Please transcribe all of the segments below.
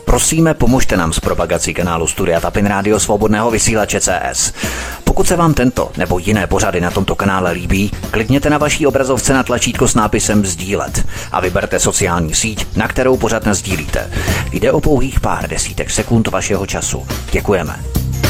Prosíme, pomožte nám s propagací kanálu Studia Tapin Rádio Svobodného vysílače CS. Pokud se vám tento nebo jiné pořady na tomto kanále líbí, klikněte na vaší obrazovce na tlačítko s nápisem sdílet a vyberte sociální síť, na kterou pořad nasdílíte. Jde o pouhých pár desítek sekund vašeho času. Děkujeme.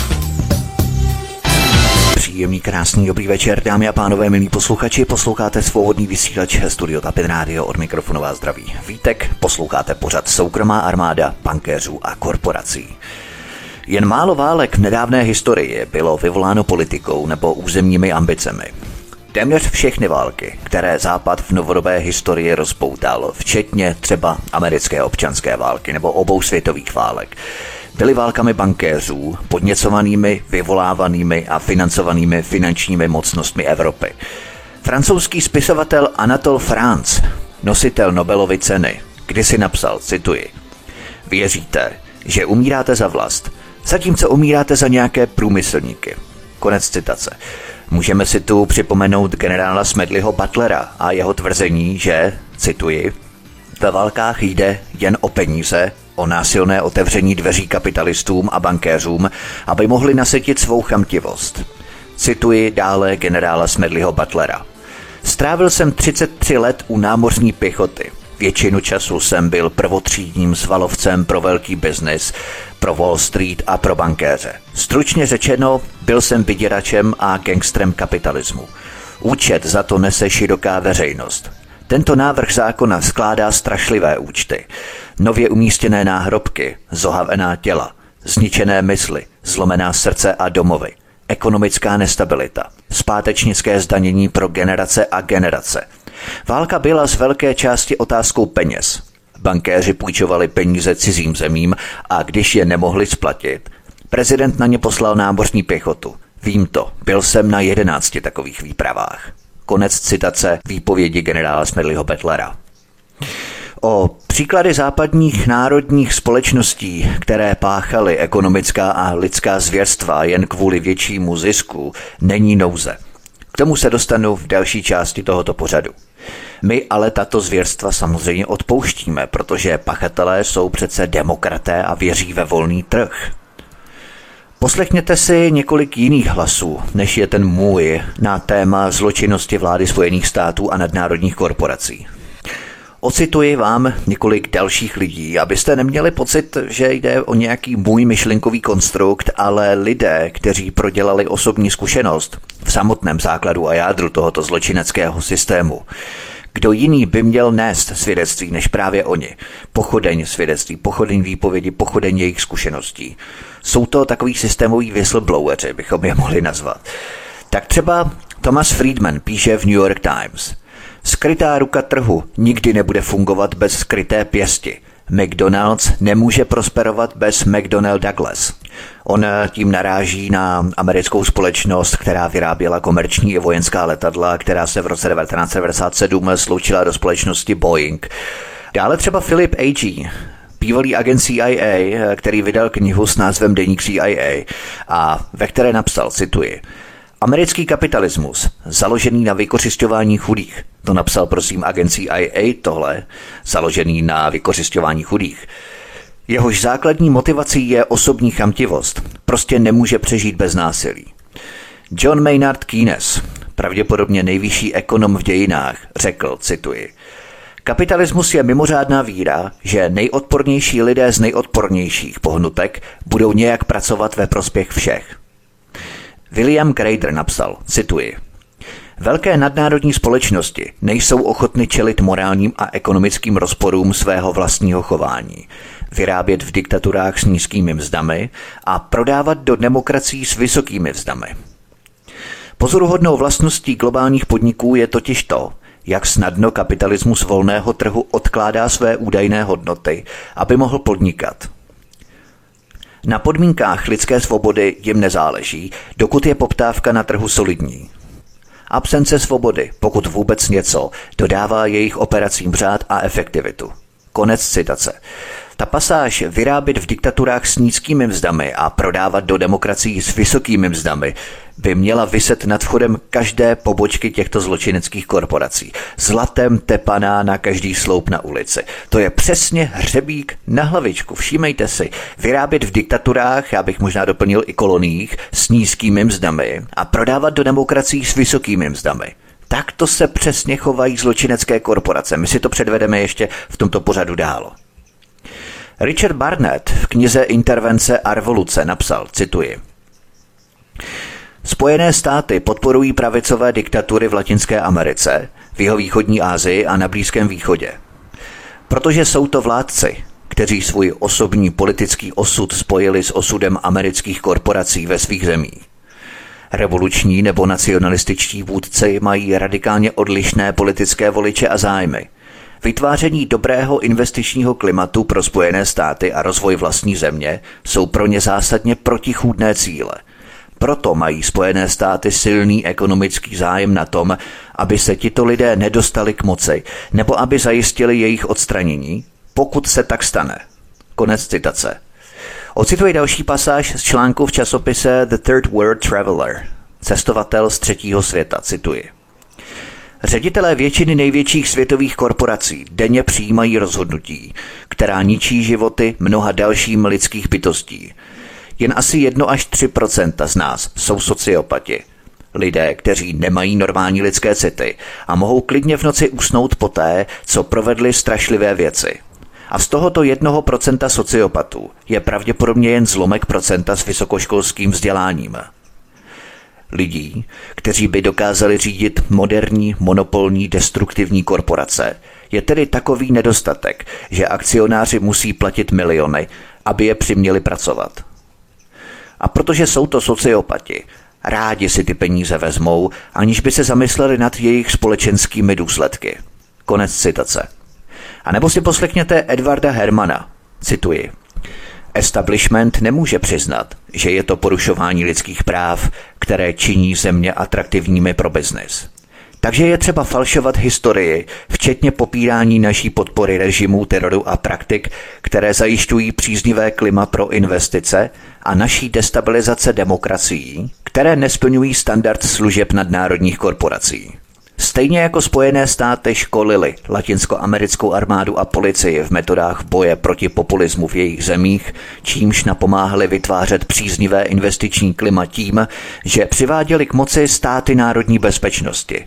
Příjemný, krásný, dobrý večer, dámy a pánové, milí posluchači, posloucháte Svobodný vysílač Studio Tapin Rádio, od mikrofonu vás zdraví Vítek, posloucháte pořad Soukromá armáda bankéřů a korporací. Jen málo válek v nedávné historii bylo vyvoláno politikou nebo územními ambicemi. Téměř všechny války, které Západ v novodobé historii rozpoutal, včetně třeba americké občanské války nebo obou světových válek, byly válkami bankéřů, podněcovanými, vyvolávanými a financovanými finančními mocnostmi Evropy. Francouzský spisovatel Anatole France, nositel Nobelovy ceny, kdysi napsal, cituji: "Věříte, že umíráte za vlast, zatímco umíráte za nějaké průmyslníky." Konec citace. Můžeme si tu připomenout generála Smedleyho Butlera a jeho tvrzení, že, cituji, "ve válkách jde jen o peníze, o násilné otevření dveří kapitalistům a bankéřům, aby mohli nasytit svou chamtivost." Cituji dále generála Smedleyho Butlera. "Strávil jsem 33 let u námořní pěchoty. Většinu času jsem byl prvotřídním svalovcem pro velký biznis, pro Wall Street a pro bankéře. Stručně řečeno, byl jsem vyděračem a gangstrem kapitalismu. Účet za to nese široká veřejnost. Tento návrh zákona skládá strašlivé účty. Nově umístěné náhrobky, zohavená těla, zničené mysli, zlomená srdce a domovy, ekonomická nestabilita, zpátečnické zdanění pro generace a generace. Válka byla z velké části otázkou peněz. Bankéři půjčovali peníze cizím zemím a když je nemohli splatit, prezident na ně poslal námořní pěchotu. Vím to, byl jsem na 11 takových výpravách." Konec citace výpovědi generála Smedleyho Butlera. O příklady západních národních společností, které páchaly ekonomická a lidská zvěrstva jen kvůli většímu zisku, není nouze. K tomu se dostanu v další části tohoto pořadu. My ale tato zvěrstva samozřejmě odpouštíme, protože pachatelé jsou přece demokraté a věří ve volný trh. Poslechněte si několik jiných hlasů, než je ten můj, na téma zločinnosti vlády Spojených států a nadnárodních korporací. Ocituji vám několik dalších lidí, abyste neměli pocit, že jde o nějaký můj myšlenkový konstrukt, ale lidé, kteří prodělali osobní zkušenost v samotném základu a jádru tohoto zločineckého systému. Kdo jiný by měl nést svědectví než právě oni? Pochodeň svědectví, pochodeň výpovědi, pochodeň jejich zkušeností. Jsou to takový systémoví whistlebloweri, bychom je mohli nazvat. Tak třeba Thomas Friedman píše v New York Times: "Skrytá ruka trhu nikdy nebude fungovat bez skryté pěsti. McDonald's nemůže prosperovat bez McDonnell Douglas." On tím naráží na americkou společnost, která vyráběla komerční i vojenská letadla, která se v roce 1997 sloučila do společnosti Boeing. Dále třeba Philip A.G., bývalý agent CIA, který vydal knihu s názvem Deník CIA a ve které napsal, cituji: "Americký kapitalismus, založený na vykořisťování chudých." To napsal prosím agent CIA tohle, založený na vykořisťování chudých. "Jehož základní motivací je osobní chamtivost. Prostě nemůže přežít bez násilí." John Maynard Keynes, pravděpodobně nejvyšší ekonom v dějinách, řekl, cituji: "Kapitalismus je mimořádná víra, že nejodpornější lidé z nejodpornějších pohnutek budou nějak pracovat ve prospěch všech." William Grader napsal, cituji: "Velké nadnárodní společnosti nejsou ochotny čelit morálním a ekonomickým rozporům svého vlastního chování, vyrábět v diktaturách s nízkými mzdami a prodávat do demokracií s vysokými mzdami. Pozoruhodnou vlastností globálních podniků je totiž to, jak snadno kapitalismus volného trhu odkládá své údajné hodnoty, aby mohl podnikat. Na podmínkách lidské svobody jim nezáleží, dokud je poptávka na trhu solidní. Absence svobody, pokud vůbec něco, dodává jejich operacím řád a efektivitu." Konec citace. Ta pasáž vyrábět v diktaturách s nízkými mzdami a prodávat do demokracií s vysokými mzdami by měla viset nad vchodem každé pobočky těchto zločineckých korporací. Zlatem tepaná na každý sloup na ulici. To je přesně hřebík na hlavičku. Všímejte si, vyrábět v diktaturách, já bych možná doplnil i koloniích, s nízkými mzdami a prodávat do demokracií s vysokými mzdami. Tak to se přesně chovají zločinecké korporace. My si to předvedeme ještě v tomto pořadu dál. Richard Barnett v knize Intervence a revoluce napsal, cituji: Spojené státy podporují pravicové diktatury v Latinské Americe, v jihovýchodní Asii a na Blízkém východě. Protože jsou to vládci, kteří svůj osobní politický osud spojili s osudem amerických korporací ve svých zemích. Revoluční nebo nacionalističtí vůdci mají radikálně odlišné politické voliče a zájmy. Vytváření dobrého investičního klimatu pro Spojené státy a rozvoj vlastní země jsou pro ně zásadně protichůdné cíle. Proto mají Spojené státy silný ekonomický zájem na tom, aby se tito lidé nedostali k moci, nebo aby zajistili jejich odstranění, pokud se tak stane. Konec citace. Ocituji další pasáž z článku v časopise The Third World Traveler, cestovatel z třetího světa, cituji. Ředitelé většiny největších světových korporací denně přijímají rozhodnutí, která ničí životy mnoha dalším lidských bytostí. Jen asi 1 až 3% z nás jsou sociopati. Lidé, kteří nemají normální lidské city a mohou klidně v noci usnout poté, co provedli strašlivé věci. A z tohoto 1% sociopatů je pravděpodobně jen zlomek procenta s vysokoškolským vzděláním. Lidí, kteří by dokázali řídit moderní, monopolní, destruktivní korporace, je tedy takový nedostatek, že akcionáři musí platit miliony, aby je přiměli pracovat. A protože jsou to sociopati, rádi si ty peníze vezmou, aniž by se zamysleli nad jejich společenskými důsledky. Konec citace. A nebo si poslechněte Edwarda Hermana, cituji. Establishment nemůže přiznat, že je to porušování lidských práv, které činí země atraktivními pro biznis. Takže je třeba falšovat historii, včetně popírání naší podpory režimů, teroru a praktik, které zajišťují příznivé klima pro investice a naší destabilizace demokracií, které nesplňují standard služeb nadnárodních korporací. Stejně jako Spojené státy školily latinskoamerickou armádu a policii v metodách boje proti populismu v jejich zemích, čímž napomáhali vytvářet příznivé investiční klima tím, že přiváděli k moci státy národní bezpečnosti.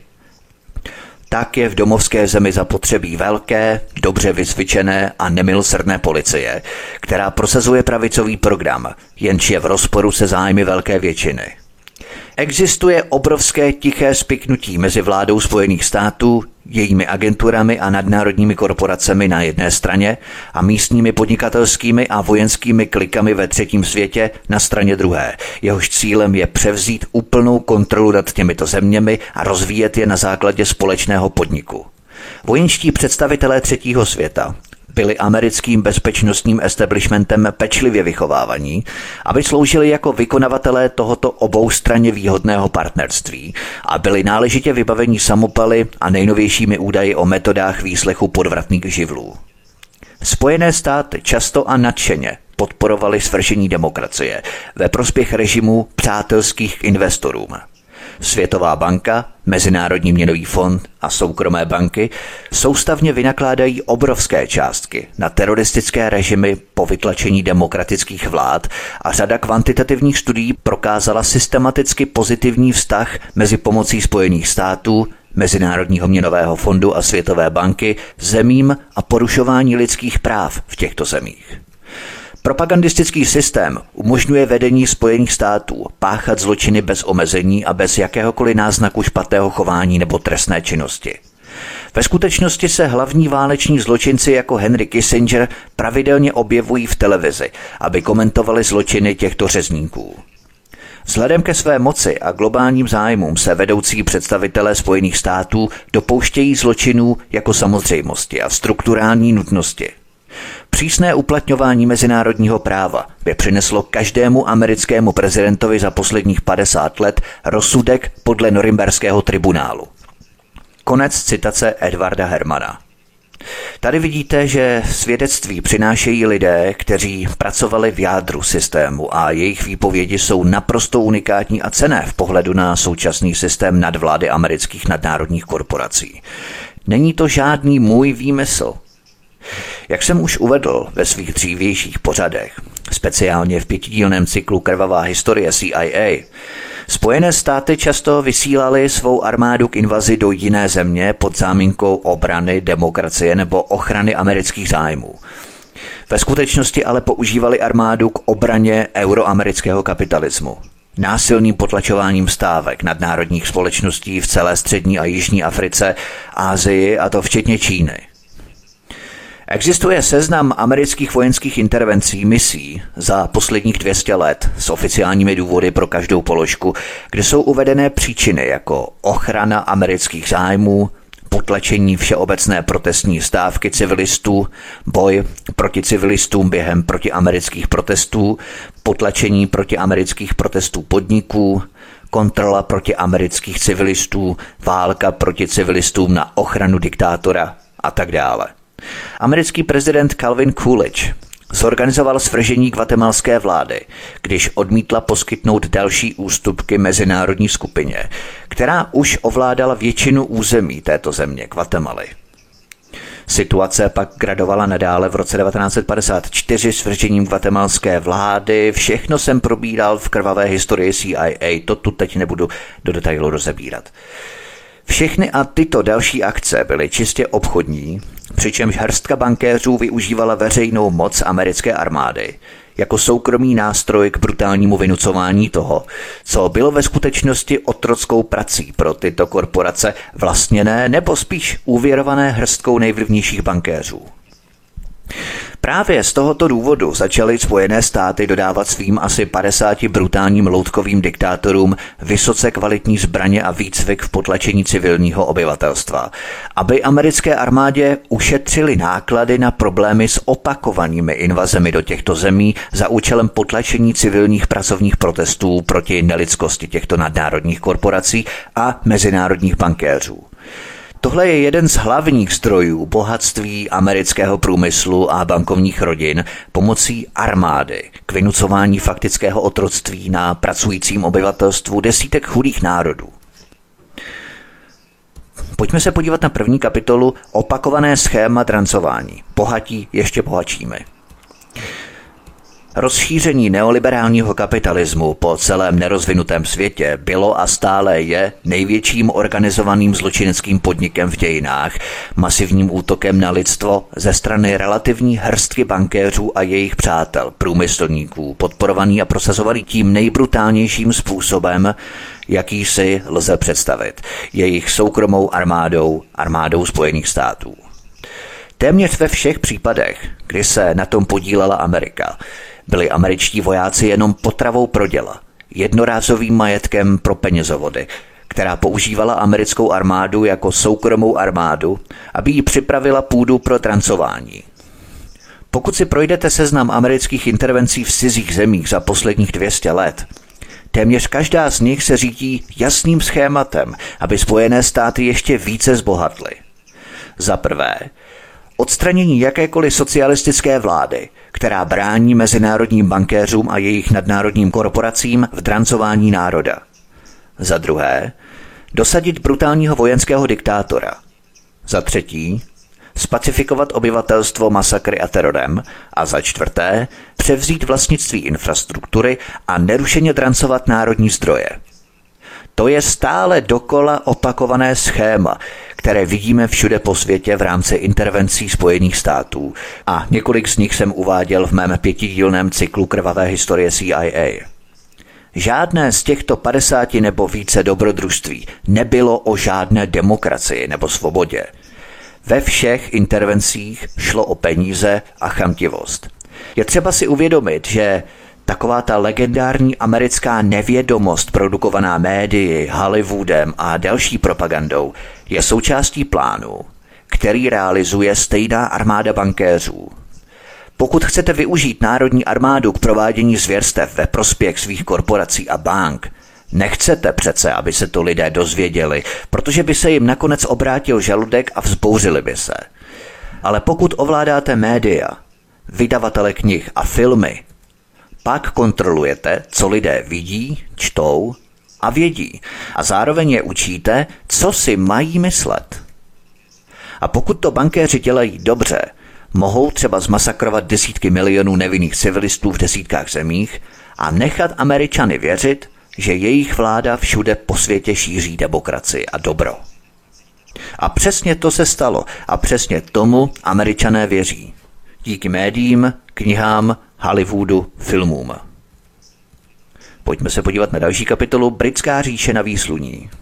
Tak je v domovské zemi zapotřebí velké, dobře vycvičené a nemilosrdné policie, která prosazuje pravicový program, jenž je v rozporu se zájmy velké většiny. Existuje obrovské tiché spiknutí mezi vládou Spojených států, jejími agenturami a nadnárodními korporacemi na jedné straně a místními podnikatelskými a vojenskými klikami ve třetím světě na straně druhé. Jehož cílem je převzít úplnou kontrolu nad těmito zeměmi a rozvíjet je na základě společného podniku. Vojenští představitelé třetího světa byli americkým bezpečnostním establishmentem pečlivě vychovávaní, aby sloužili jako vykonavatelé tohoto oboustranně výhodného partnerství a byli náležitě vybaveni samopaly a nejnovějšími údaji o metodách výslechu podvratných živlů. Spojené státy často a nadšeně podporovali svržení demokracie ve prospěch režimu přátelských k investorům. Světová banka, Mezinárodní měnový fond a soukromé banky soustavně vynakládají obrovské částky na teroristické režimy po vytlačení demokratických vlád a řada kvantitativních studií prokázala systematicky pozitivní vztah mezi pomocí Spojených států, Mezinárodního měnového fondu a Světové banky zemím a porušování lidských práv v těchto zemích. Propagandistický systém umožňuje vedení Spojených států páchat zločiny bez omezení a bez jakéhokoliv náznaku špatného chování nebo trestné činnosti. Ve skutečnosti se hlavní váleční zločinci jako Henry Kissinger pravidelně objevují v televizi, aby komentovali zločiny těchto řezníků. Vzhledem ke své moci a globálním zájmům se vedoucí představitelé Spojených států dopouštějí zločinů jako samozřejmosti a strukturální nutnosti. Přísné uplatňování mezinárodního práva by přineslo každému americkému prezidentovi za posledních 50 let rozsudek podle Norimberského tribunálu. Konec citace Edwarda Hermana. Tady vidíte, že svědectví přinášejí lidé, kteří pracovali v jádru systému a jejich výpovědi jsou naprosto unikátní a cenné v pohledu na současný systém nadvlády amerických nadnárodních korporací. Není to žádný můj výmysl. Jak jsem už uvedl ve svých dřívějších pořadech, speciálně v 5dílném cyklu Krvavá historie CIA, Spojené státy často vysílaly svou armádu k invazi do jiné země pod záminkou obrany, demokracie nebo ochrany amerických zájmů. Ve skutečnosti ale používali armádu k obraně euroamerického kapitalismu, násilným potlačováním stávek nadnárodních společností v celé střední a jižní Africe, Asii a to včetně Číny. Existuje seznam amerických vojenských intervencí misí za posledních 200 let s oficiálními důvody pro každou položku, kde jsou uvedené příčiny jako ochrana amerických zájmů, potlačení všeobecné protestní stávky civilistů, boj proti civilistům během protiamerických protestů, potlačení protiamerických protestů podniků, kontrola protiamerických civilistů, válka proti civilistům na ochranu diktátora a tak dále. Americký prezident Calvin Coolidge zorganizoval svržení guatemalské vlády, když odmítla poskytnout další ústupky mezinárodní skupině, která už ovládala většinu území této země, Guatemaly. Situace pak gradovala nadále v roce 1954 svržením guatemalské vlády. Všechno jsem probíral v krvavé historii CIA, to tu teď nebudu do detailu rozebírat. Všechny a tyto další akce byly čistě obchodní, přičemž hrstka bankéřů využívala veřejnou moc americké armády jako soukromý nástroj k brutálnímu vynucování toho, co bylo ve skutečnosti otrockou prací pro tyto korporace vlastněné nebo spíš úvěrované hrstkou nejvlivnějších bankéřů. Právě z tohoto důvodu začaly Spojené státy dodávat svým asi 50 brutálním loutkovým diktátorům vysoce kvalitní zbraně a výcvik v potlačení civilního obyvatelstva, aby americké armádě ušetřili náklady na problémy s opakovanými invazemi do těchto zemí za účelem potlačení civilních pracovních protestů proti nelidskosti těchto nadnárodních korporací a mezinárodních bankéřů. Tohle je jeden z hlavních zdrojů bohatství amerického průmyslu a bankovních rodin pomocí armády k vynucování faktického otroctví na pracujícím obyvatelstvu desítek chudých národů. Pojďme se podívat na první kapitolu Opakované schéma drancování. Bohatí ještě bohatšími. Rozšíření neoliberálního kapitalismu po celém nerozvinutém světě bylo a stále je největším organizovaným zločineckým podnikem v dějinách, masivním útokem na lidstvo ze strany relativní hrstky bankéřů a jejich přátel, průmyslníků, podporovaný a prosazovaný tím nejbrutálnějším způsobem, jaký si lze představit, jejich soukromou armádou Spojených států. Téměř ve všech případech, kdy se na tom podílela Amerika, byli američtí vojáci jenom potravou pro děla, jednorázovým majetkem pro penězovody, která používala americkou armádu jako soukromou armádu, aby jí připravila půdu pro drancování. Pokud si projdete seznam amerických intervencí v cizích zemích za posledních 200 let, téměř každá z nich se řídí jasným schématem, aby Spojené státy ještě více zbohatly. Za prvé, odstranění jakékoliv socialistické vlády, která brání mezinárodním bankéřům a jejich nadnárodním korporacím v drancování národa. Za druhé, dosadit brutálního vojenského diktátora. Za třetí, spacifikovat obyvatelstvo masakry a terorem. A za čtvrté, převzít vlastnictví infrastruktury a nerušeně drancovat národní zdroje. To je stále dokola opakované schéma, které vidíme všude po světě v rámci intervencí Spojených států a několik z nich jsem uváděl v mém 5dílném cyklu Krvavé historie CIA. Žádné z těchto 50 nebo více dobrodružství nebylo o žádné demokracii nebo svobodě. Ve všech intervencích šlo o peníze a chamtivost. Je třeba si uvědomit, že taková ta legendární americká nevědomost produkovaná médii, Hollywoodem a další propagandou je součástí plánu, který realizuje stejná armáda bankéřů. Pokud chcete využít národní armádu k provádění zvěrstev ve prospěch svých korporací a bank, nechcete přece, aby se to lidé dozvěděli, protože by se jim nakonec obrátil žaludek a vzbouřili by se. Ale pokud ovládáte média, vydavatele knih a filmy, pak kontrolujete, co lidé vidí, čtou a vědí. A zároveň je učíte, co si mají myslet. A pokud to bankéři dělají dobře, mohou třeba zmasakrovat desítky milionů nevinných civilistů v desítkách zemích a nechat Američany věřit, že jejich vláda všude po světě šíří demokracii a dobro. A přesně to se stalo a přesně tomu Američané věří. Díky médiím, knihám, Hollywoodu, filmům. Pojďme se podívat na další kapitolu Britská říše na výsluní.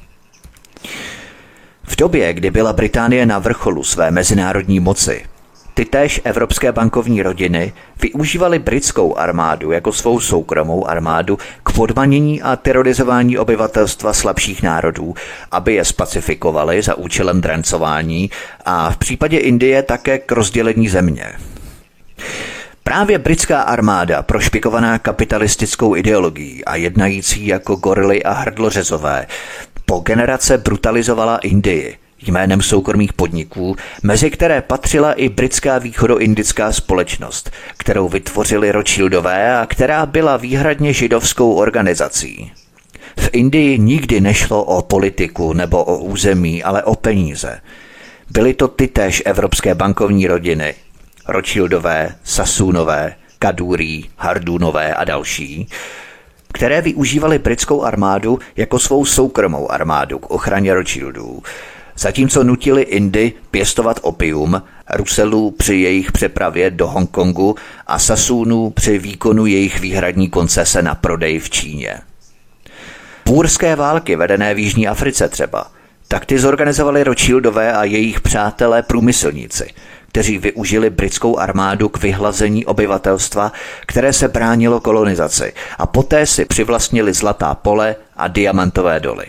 V době, kdy byla Británie na vrcholu své mezinárodní moci, tytéž evropské bankovní rodiny využívaly britskou armádu jako svou soukromou armádu k podmanění a terorizování obyvatelstva slabších národů, aby je spacifikovali za účelem drancování a v případě Indie také k rozdělení země. Právě britská armáda, prošpikovaná kapitalistickou ideologií a jednající jako gorily a hrdlořezové, po generace brutalizovala Indii jménem soukromých podniků, mezi které patřila i britská východoindická společnost, kterou vytvořili Rothschildové a která byla výhradně židovskou organizací. V Indii nikdy nešlo o politiku nebo o území, ale o peníze. Byly to tytéž evropské bankovní rodiny, Rothschildové, Sassoonové, Kadúrí, Hardúnové a další, které využívaly britskou armádu jako svou soukromou armádu k ochraně Rothschildů, zatímco nutili Indy pěstovat opium, Ruselů při jejich přepravě do Hongkongu a Sassoonů při výkonu jejich výhradní koncese na prodej v Číně. Búrské války vedené v Jižní Africe třeba, tak ty zorganizovali Rothschildové a jejich přátelé průmyslníci, kteří využili britskou armádu k vyhlazení obyvatelstva, které se bránilo kolonizaci a poté si přivlastnili zlatá pole a diamantové doly.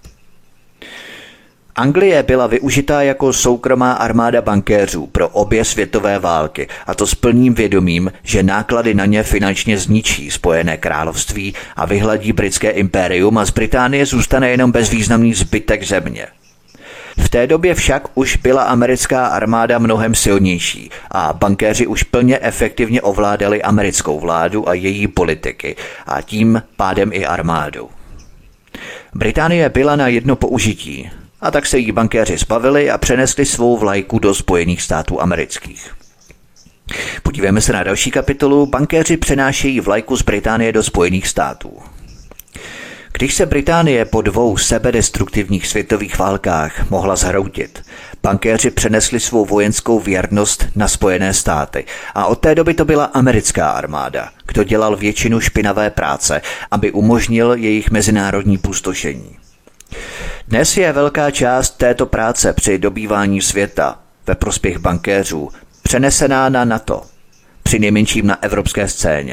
Anglie byla využitá jako soukromá armáda bankéřů pro obě světové války, a to s plným vědomím, že náklady na ně finančně zničí Spojené království a vyhladí britské impérium a z Británie zůstane jenom bezvýznamný zbytek země. V té době však už byla americká armáda mnohem silnější a bankéři už plně efektivně ovládali americkou vládu a její politiky a tím pádem i armádu. Británie byla na jedno použití, a tak se jí bankéři zbavili a přenesli svou vlajku do Spojených států amerických. Podívejme se na další kapitolu. Bankéři přenášejí vlajku z Británie do Spojených států. Když se Británie po 2 sebedestruktivních světových válkách mohla zhroutit, bankéři přenesli svou vojenskou věrnost na Spojené státy a od té doby to byla americká armáda, kdo dělal většinu špinavé práce, aby umožnil jejich mezinárodní pustošení. Dnes je velká část této práce při dobývání světa ve prospěch bankéřů přenesená na NATO, přinejmenším na evropské scéně.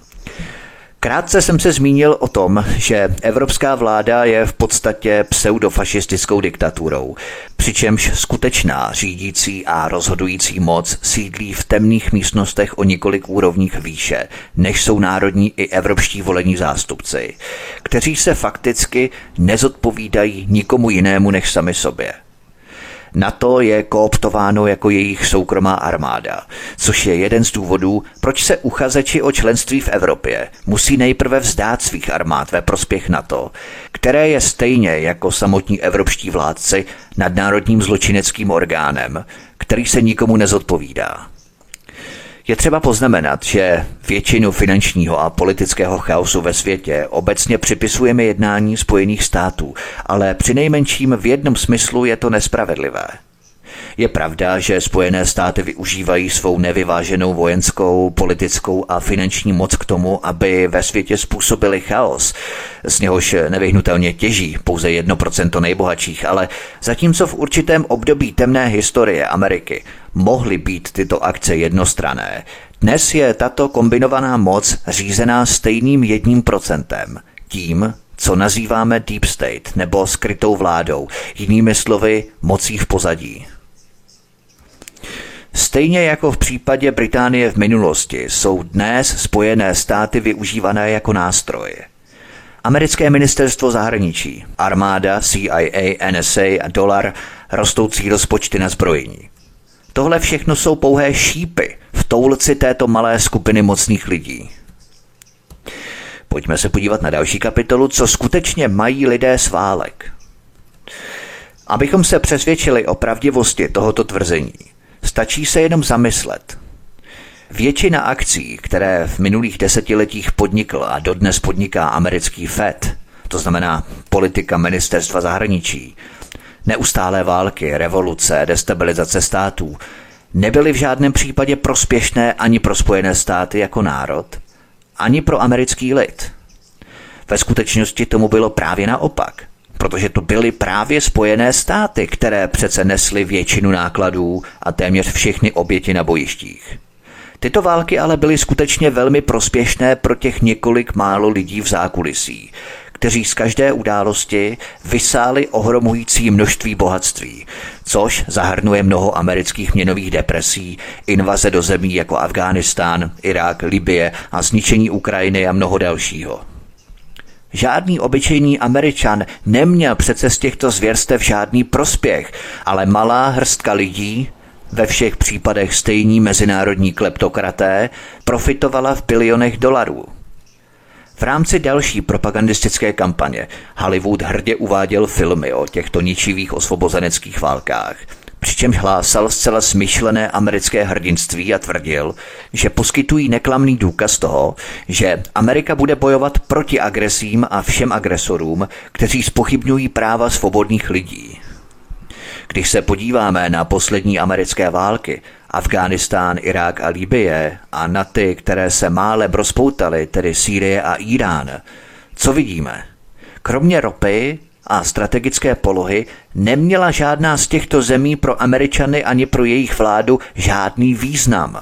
Krátce jsem se zmínil o tom, že evropská vláda je v podstatě pseudofašistickou diktaturou, přičemž skutečná řídící a rozhodující moc sídlí v temných místnostech o několik úrovních výše, než jsou národní i evropští volení zástupci, kteří se fakticky nezodpovídají nikomu jinému než sami sobě. NATO je kooptováno jako jejich soukromá armáda, což je jeden z důvodů, proč se uchazeči o členství v Evropě musí nejprve vzdát svých armád ve prospěch NATO, které je stejně jako samotní evropští vládci nadnárodním zločineckým orgánem, který se nikomu nezodpovídá. Je třeba poznamenat, že většinu finančního a politického chaosu ve světě obecně připisujeme jednání Spojených států, ale přinejmenším v jednom smyslu je to nespravedlivé. Je pravda, že Spojené státy využívají svou nevyváženou vojenskou, politickou a finanční moc k tomu, aby ve světě způsobili chaos, z něhož nevyhnutelně těží pouze 1% nejbohatších, ale zatímco v určitém období temné historie Ameriky mohly být tyto akce jednostranné, dnes je tato kombinovaná moc řízená stejným 1%, tím, co nazýváme deep state nebo skrytou vládou, jinými slovy mocí v pozadí. Stejně jako v případě Británie v minulosti jsou dnes Spojené státy využívané jako nástroj. Americké ministerstvo zahraničí, armáda, CIA, NSA a dolar, rostoucí rozpočty na zbrojení. Tohle všechno jsou pouhé šípy v toulci této malé skupiny mocných lidí. Pojďme se podívat na další kapitolu, co skutečně mají lidé z válek. Abychom se přesvědčili o pravdivosti tohoto tvrzení, stačí se jenom zamyslet. Většina akcí, které v minulých desetiletích podnikl a dodnes podniká americký FED, to znamená politika ministerstva zahraničí, neustálé války, revoluce, destabilizace států, nebyly v žádném případě prospěšné ani pro Spojené státy jako národ, ani pro americký lid. Ve skutečnosti tomu bylo právě naopak, protože to byly právě Spojené státy, které přece nesly většinu nákladů a téměř všechny oběti na bojištích. Tyto války ale byly skutečně velmi prospěšné pro těch několik málo lidí v zákulisí, kteří z každé události vysáli ohromující množství bohatství, což zahrnuje mnoho amerických měnových depresí, invaze do zemí jako Afghánistán, Irák, Libye a zničení Ukrajiny a mnoho dalšího. Žádný obyčejný Američan neměl přece z těchto zvěrstev žádný prospěch, ale malá hrstka lidí, ve všech případech stejní mezinárodní kleptokraté, profitovala v bilionech dolarů. V rámci další propagandistické kampaně Hollywood hrdě uváděl filmy o těchto ničivých osvobozeneckých válkách, přičemž hlásal zcela smyšlené americké hrdinství a tvrdil, že poskytují neklamný důkaz toho, že Amerika bude bojovat proti agresím a všem agresorům, kteří zpochybňují práva svobodných lidí. Když se podíváme na poslední americké války, Afghánistán, Irák a Libye, a na ty, které se málem rozpoutaly, tedy Sýrie a Irán, co vidíme? Kromě ropy a strategické polohy neměla žádná z těchto zemí pro Američany ani pro jejich vládu žádný význam.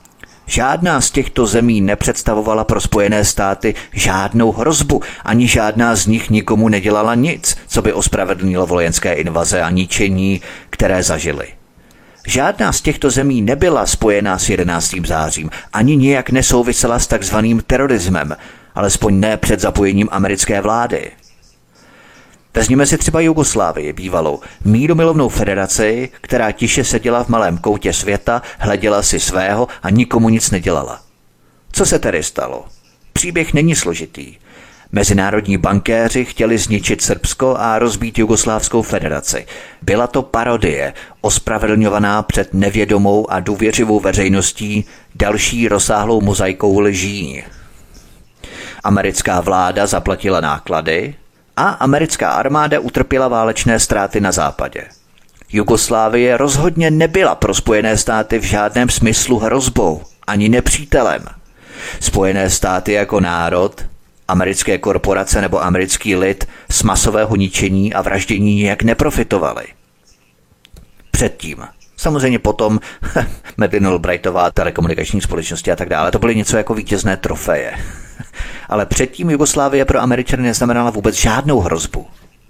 Žádná z těchto zemí nepředstavovala pro Spojené státy žádnou hrozbu, ani žádná z nich nikomu nedělala nic, co by ospravedlnilo vojenské invaze a ničení, které zažili. Žádná z těchto zemí nebyla spojená s 11. zářím, ani nijak nesouvisela s takzvaným terorismem, alespoň ne před zapojením americké vlády. Vezměme si třeba Jugoslávii, bývalou mírumilovnou federaci, která tiše seděla v malém koutě světa, hleděla si svého a nikomu nic nedělala. Co se tedy stalo? Příběh není složitý. Mezinárodní bankéři chtěli zničit Srbsko a rozbít Jugoslávskou federaci. Byla to parodie, ospravedlňovaná před nevědomou a důvěřivou veřejností další rozsáhlou mozaikou lží. Americká vláda zaplatila náklady a americká armáda utrpěla válečné ztráty na západě. Jugoslávie rozhodně nebyla pro Spojené státy v žádném smyslu hrozbou, ani nepřítelem. Spojené státy jako národ, americké korporace nebo americký lid z masového ničení a vraždění nijak neprofitovali. Předtím, samozřejmě potom, Madeleine Albrightová, telekomunikační společnosti a tak dále, to byly něco jako vítězné trofeje. Ale předtím Jugoslávie pro Američany neznamenala vůbec žádnou hrozbu.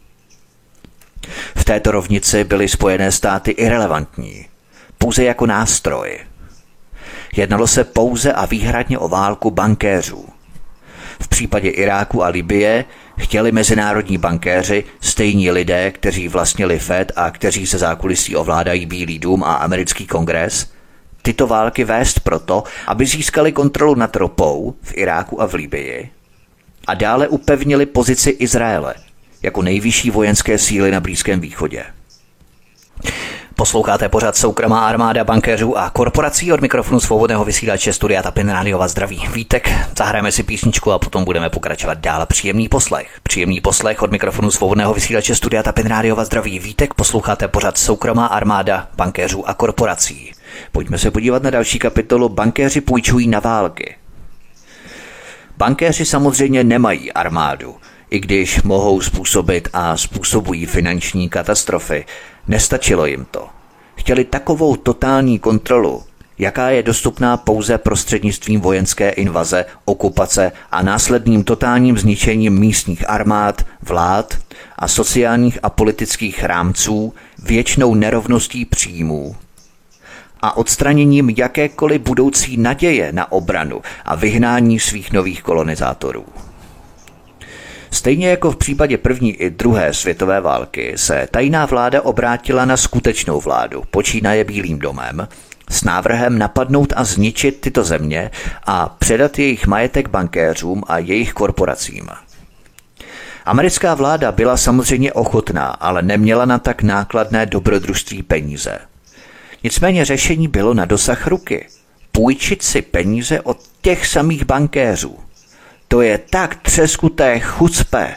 V této rovnici byly Spojené státy irelevantní, pouze jako nástroj. Jednalo se pouze a výhradně o válku bankéřů. V případě Iráku a Libye chtěli mezinárodní bankéři, stejní lidé, kteří vlastnili FED a kteří se zákulisí ovládají Bílý dům a americký kongres, tyto války vést proto, aby získali kontrolu nad ropou v Iráku a v Libyi a dále upevnili pozici Izraele jako nejvyšší vojenské síly na Blízkém východě. Posloucháte pořad Soukromá armáda bankéřů a korporací, od mikrofonu svobodného vysílače Studia Tapin Rádio vás zdraví Vítek. Zahrajeme si písničku a potom budeme pokračovat dál. Příjemný poslech. Příjemný poslech od mikrofonu svobodného vysílače Studia Tapin Rádio vás zdraví Vítek. Posloucháte pořad Soukromá armáda bankéřů a korporací. Pojďme se podívat na další kapitolu. Bankéři půjčují na války. Bankéři samozřejmě nemají armádu, i když mohou způsobit a způsobují finanční katastrofy. Nestačilo jim to. Chtěli takovou totální kontrolu, jaká je dostupná pouze prostřednictvím vojenské invaze, okupace a následným totálním zničením místních armád, vlád a sociálních a politických rámců, věčnou nerovností příjmů a odstraněním jakékoliv budoucí naděje na obranu a vyhnání svých nových kolonizátorů. Stejně jako v případě první i druhé světové války se tajná vláda obrátila na skutečnou vládu, počínaje Bílým domem, s návrhem napadnout a zničit tyto země a předat jejich majetek bankéřům a jejich korporacím. Americká vláda byla samozřejmě ochotná, ale neměla na tak nákladné dobrodružství peníze. Nicméně řešení bylo na dosah ruky. Půjčit si peníze od těch samých bankéřů. To je tak třeskuté chucpe.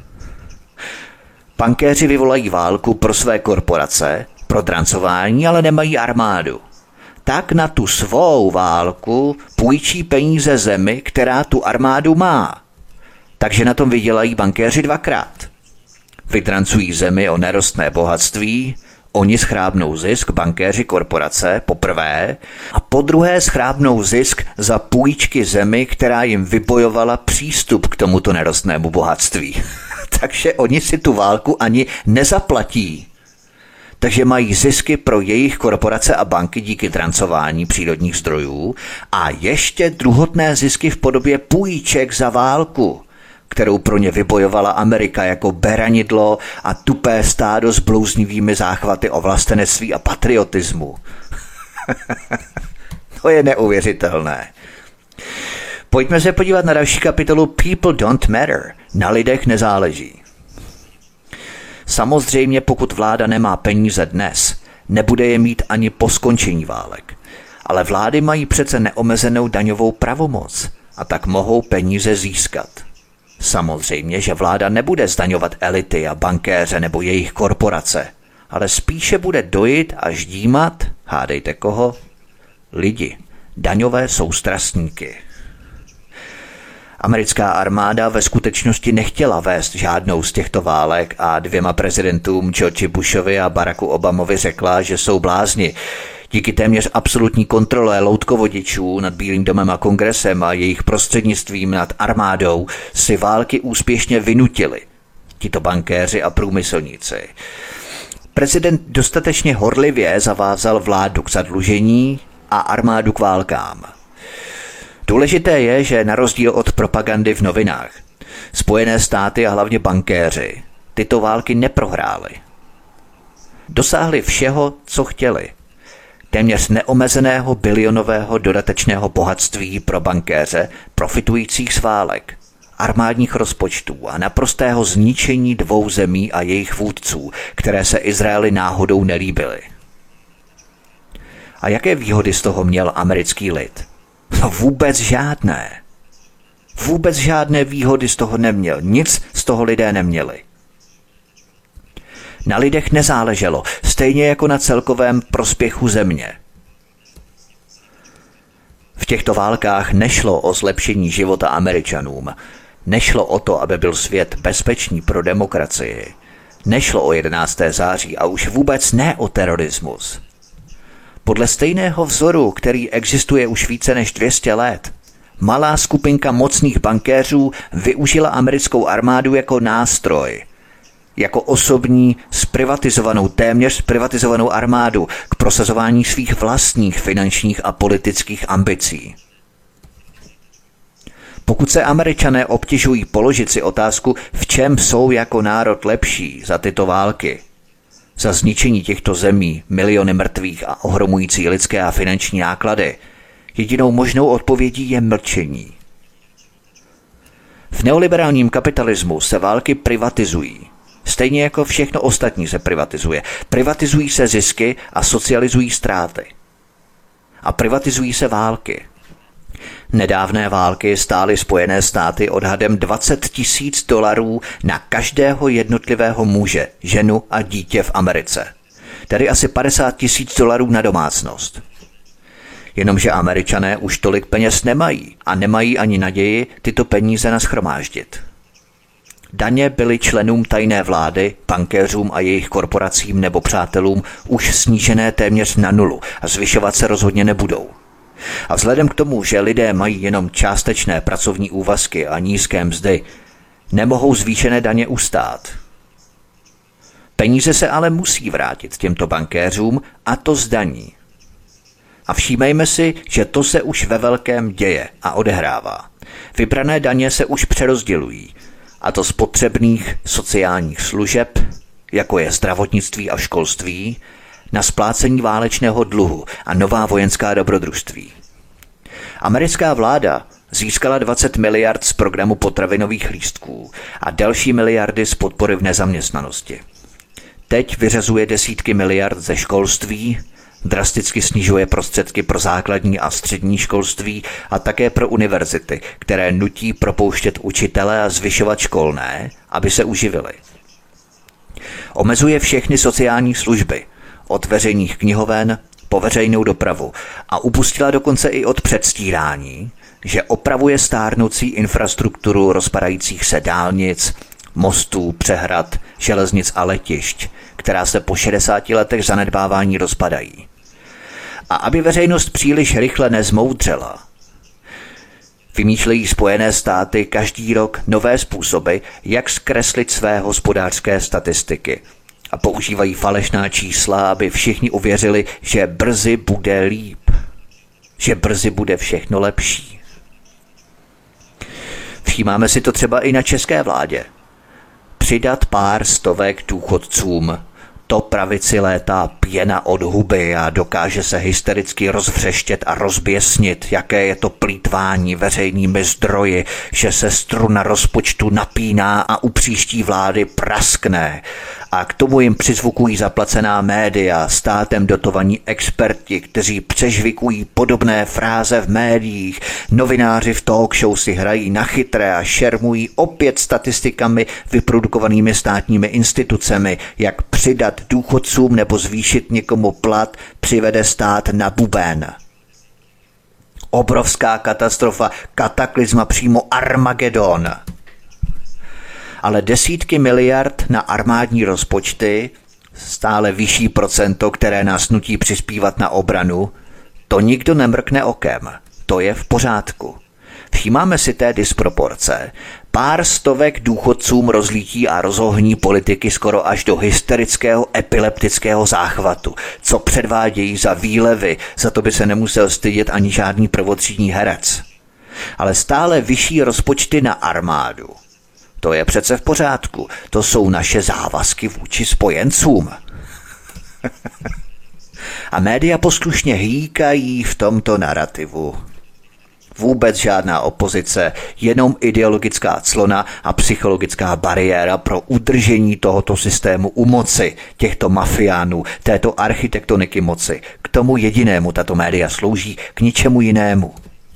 Bankéři vyvolají válku pro své korporace, pro drancování, ale nemají armádu. Tak na tu svou válku půjčí peníze zemi, která tu armádu má. Takže na tom vydělají bankéři dvakrát. Vytrancují zemi o nerostné bohatství, oni schrábnou zisk, bankéři korporace, poprvé, a podruhé schrábnou zisk za půjčky zemi, která jim vybojovala přístup k tomuto nerostnému bohatství. Takže oni si tu válku ani nezaplatí. Takže mají zisky pro jejich korporace a banky díky drancování přírodních zdrojů a ještě druhotné zisky v podobě půjček za válku, kterou pro ně vybojovala Amerika jako beranidlo a tupé stádo s blouznivými záchvaty o vlastenectví a patriotismu. To je neuvěřitelné. Pojďme se podívat na další kapitolu People Don't Matter. Na lidech nezáleží. Samozřejmě, pokud vláda nemá peníze dnes, nebude je mít ani po skončení válek. Ale vlády mají přece neomezenou daňovou pravomoc a tak mohou peníze získat. Samozřejmě, že vláda nebude zdaňovat elity a bankéře nebo jejich korporace, ale spíše bude dojit a ždímat, hádejte koho? Lidi, daňové soustrastníky. Americká armáda ve skutečnosti nechtěla vést žádnou z těchto válek a dvěma prezidentům George Bushovi a Baracku Obamovi řekla, že jsou blázni. Díky téměř absolutní kontrole loutkovodičů nad Bílým domem a kongresem a jejich prostřednictvím nad armádou si války úspěšně vynutili tito bankéři a průmyslníci. Prezident dostatečně horlivě zavázal vládu k zadlužení a armádu k válkám. Důležité je, že na rozdíl od propagandy v novinách, Spojené státy a hlavně bankéři tyto války neprohráli. Dosáhli všeho, co chtěli. Téměř neomezeného bilionového dodatečného bohatství pro bankéře profitujících z válek, armádních rozpočtů a naprostého zničení dvou zemí a jejich vůdců, které se Izraeli náhodou nelíbily. A jaké výhody z toho měl americký lid? No vůbec žádné. Vůbec žádné výhody z toho neměl. Nic z toho lidé neměli. Na lidech nezáleželo, stejně jako na celkovém prospěchu země. V těchto válkách nešlo o zlepšení života Američanům. Nešlo o to, aby byl svět bezpečný pro demokracii. Nešlo o 11. září a už vůbec ne o terorismus. Podle stejného vzoru, který existuje už více než 200 let, malá skupinka mocných bankéřů využila americkou armádu jako nástroj, jako osobní, téměř zprivatizovanou armádu k prosazování svých vlastních finančních a politických ambicí. Pokud se Američané obtěžují položit si otázku, v čem jsou jako národ lepší za tyto války, za zničení těchto zemí, miliony mrtvých a ohromující lidské a finanční náklady, jedinou možnou odpovědí je mlčení. V neoliberálním kapitalismu se války privatizují. Stejně jako všechno ostatní se privatizuje. Privatizují se zisky a socializují ztráty. A privatizují se války. Nedávné války stály Spojené státy odhadem $20,000 na každého jednotlivého muže, ženu a dítě v Americe. Tedy asi $50,000 na domácnost. Jenomže Američané už tolik peněz nemají a nemají ani naději tyto peníze nashromáždit. Daně byly členům tajné vlády, bankéřům a jejich korporacím nebo přátelům už snížené téměř na nulu a zvyšovat se rozhodně nebudou. A vzhledem k tomu, že lidé mají jenom částečné pracovní úvazky a nízké mzdy, nemohou zvýšené daně ustát. Peníze se ale musí vrátit těmto bankéřům a to z daní. A všímejme si, že to se už ve velkém děje a odehrává. Vybrané daně se už přerozdělují a to z potřebných sociálních služeb, jako je zdravotnictví a školství, na splácení válečného dluhu a nová vojenská dobrodružství. Americká vláda získala 20 miliard z programu potravinových lístků a další miliardy z podpory v nezaměstnanosti. Teď vyřazuje desítky miliard ze školství, drasticky snižuje prostředky pro základní a střední školství a také pro univerzity, které nutí propouštět učitele a zvyšovat školné, aby se uživili. Omezuje všechny sociální služby, od veřejných knihoven po veřejnou dopravu a upustila dokonce i od předstírání, že opravuje stárnoucí infrastrukturu rozpadajících se dálnic, mostů, přehrad, železnic a letišť, která se po 60 letech zanedbávání rozpadají. A aby veřejnost příliš rychle nezmoudřela, vymýšlejí Spojené státy každý rok nové způsoby, jak zkreslit své hospodářské statistiky a používají falešná čísla, aby všichni uvěřili, že brzy bude líp, že brzy bude všechno lepší. Všímáme si to třeba i na české vládě. Přidat pár stovek důchodcům, to pravici létá pěna od huby a dokáže se hystericky rozvřeštět a rozběsnit, jaké je to plýtvání veřejnými zdroji, že se struna rozpočtu napíná a u příští vlády praskne. A k tomu jim přizvukují zaplacená média, státem dotovaní experti, kteří přežvikují podobné fráze v médiích. Novináři v talk show si hrají na chytré a šermují opět statistikami vyprodukovanými státními institucemi, jak přidat důchodcům nebo zvýšit někomu plat přivede stát na buben. Obrovská katastrofa, kataklizma, přímo Armagedon. Ale desítky miliard na armádní rozpočty, stále vyšší procento, které nás nutí přispívat na obranu, to nikdo nemrkne okem. To je v pořádku. Všímáme si té disproporce. Pár stovek důchodcům rozlítí a rozohní politiky skoro až do hysterického epileptického záchvatu. Co předvádějí za výlevy, za to by se nemusel stydět ani žádný prvotřídní herec. Ale stále vyšší rozpočty na armádu. To je přece v pořádku. To jsou naše závazky vůči spojencům. A média poslušně hýkají v tomto narrativu. Vůbec žádná opozice, jenom ideologická clona a psychologická bariéra pro udržení tohoto systému u moci, těchto mafiánů, této architektoniky moci. K tomu jedinému tato média slouží, k ničemu jinému.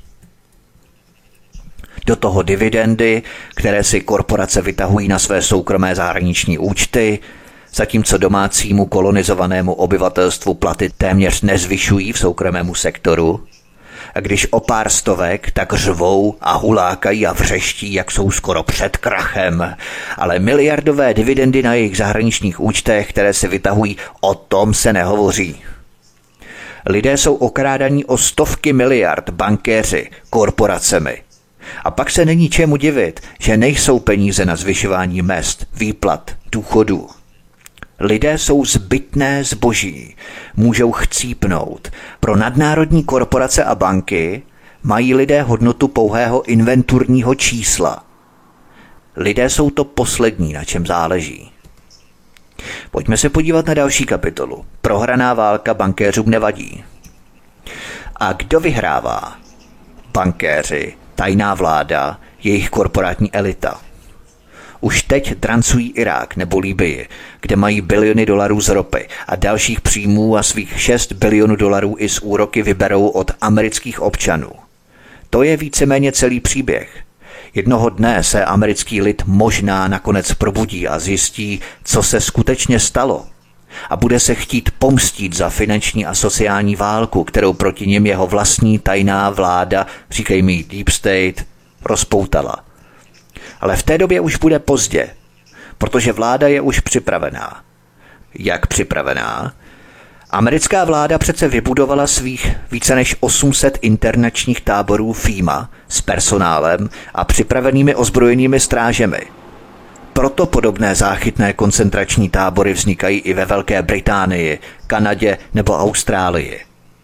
Do toho dividendy, které si korporace vytahují na své soukromé zahraniční účty, zatímco domácímu kolonizovanému obyvatelstvu platy téměř nezvyšují v soukromému sektoru. A když o pár stovek, tak řvou a hulákají a vřeští, jak jsou skoro před krachem. Ale miliardové dividendy na jejich zahraničních účtech, které se vytahují, o tom se nehovoří. Lidé jsou okrádaní o stovky miliard bankéři, korporacemi. A pak se není čemu divit, že nejsou peníze na zvyšování mezd, výplat, důchodů. Lidé jsou zbytné zboží, můžou chcípnout. Pro nadnárodní korporace a banky mají lidé hodnotu pouhého inventurního čísla. Lidé jsou to poslední, na čem záleží. Pojďme se podívat na další kapitolu. Prohraná válka bankéřům nevadí. A kdo vyhrává? Bankéři, tajná vláda, jejich korporátní elita. Už teď drancují Irák nebo Libyi, kde mají biliony dolarů z ropy a dalších příjmů a svých 6 bilionů dolarů i z úroky vyberou od amerických občanů. To je víceméně celý příběh. Jednoho dne se americký lid možná nakonec probudí a zjistí, co se skutečně stalo. A bude se chtít pomstít za finanční a sociální válku, kterou proti něm jeho vlastní tajná vláda, říkej mi Deep State, rozpoutala. Ale v té době už bude pozdě, protože vláda je už připravená. Jak připravená? Americká vláda přece vybudovala svých více než 800 internačních táborů FEMA s personálem a připravenými ozbrojenými strážemi. Proto podobné záchytné koncentrační tábory vznikají i ve Velké Británii, Kanadě nebo Austrálii.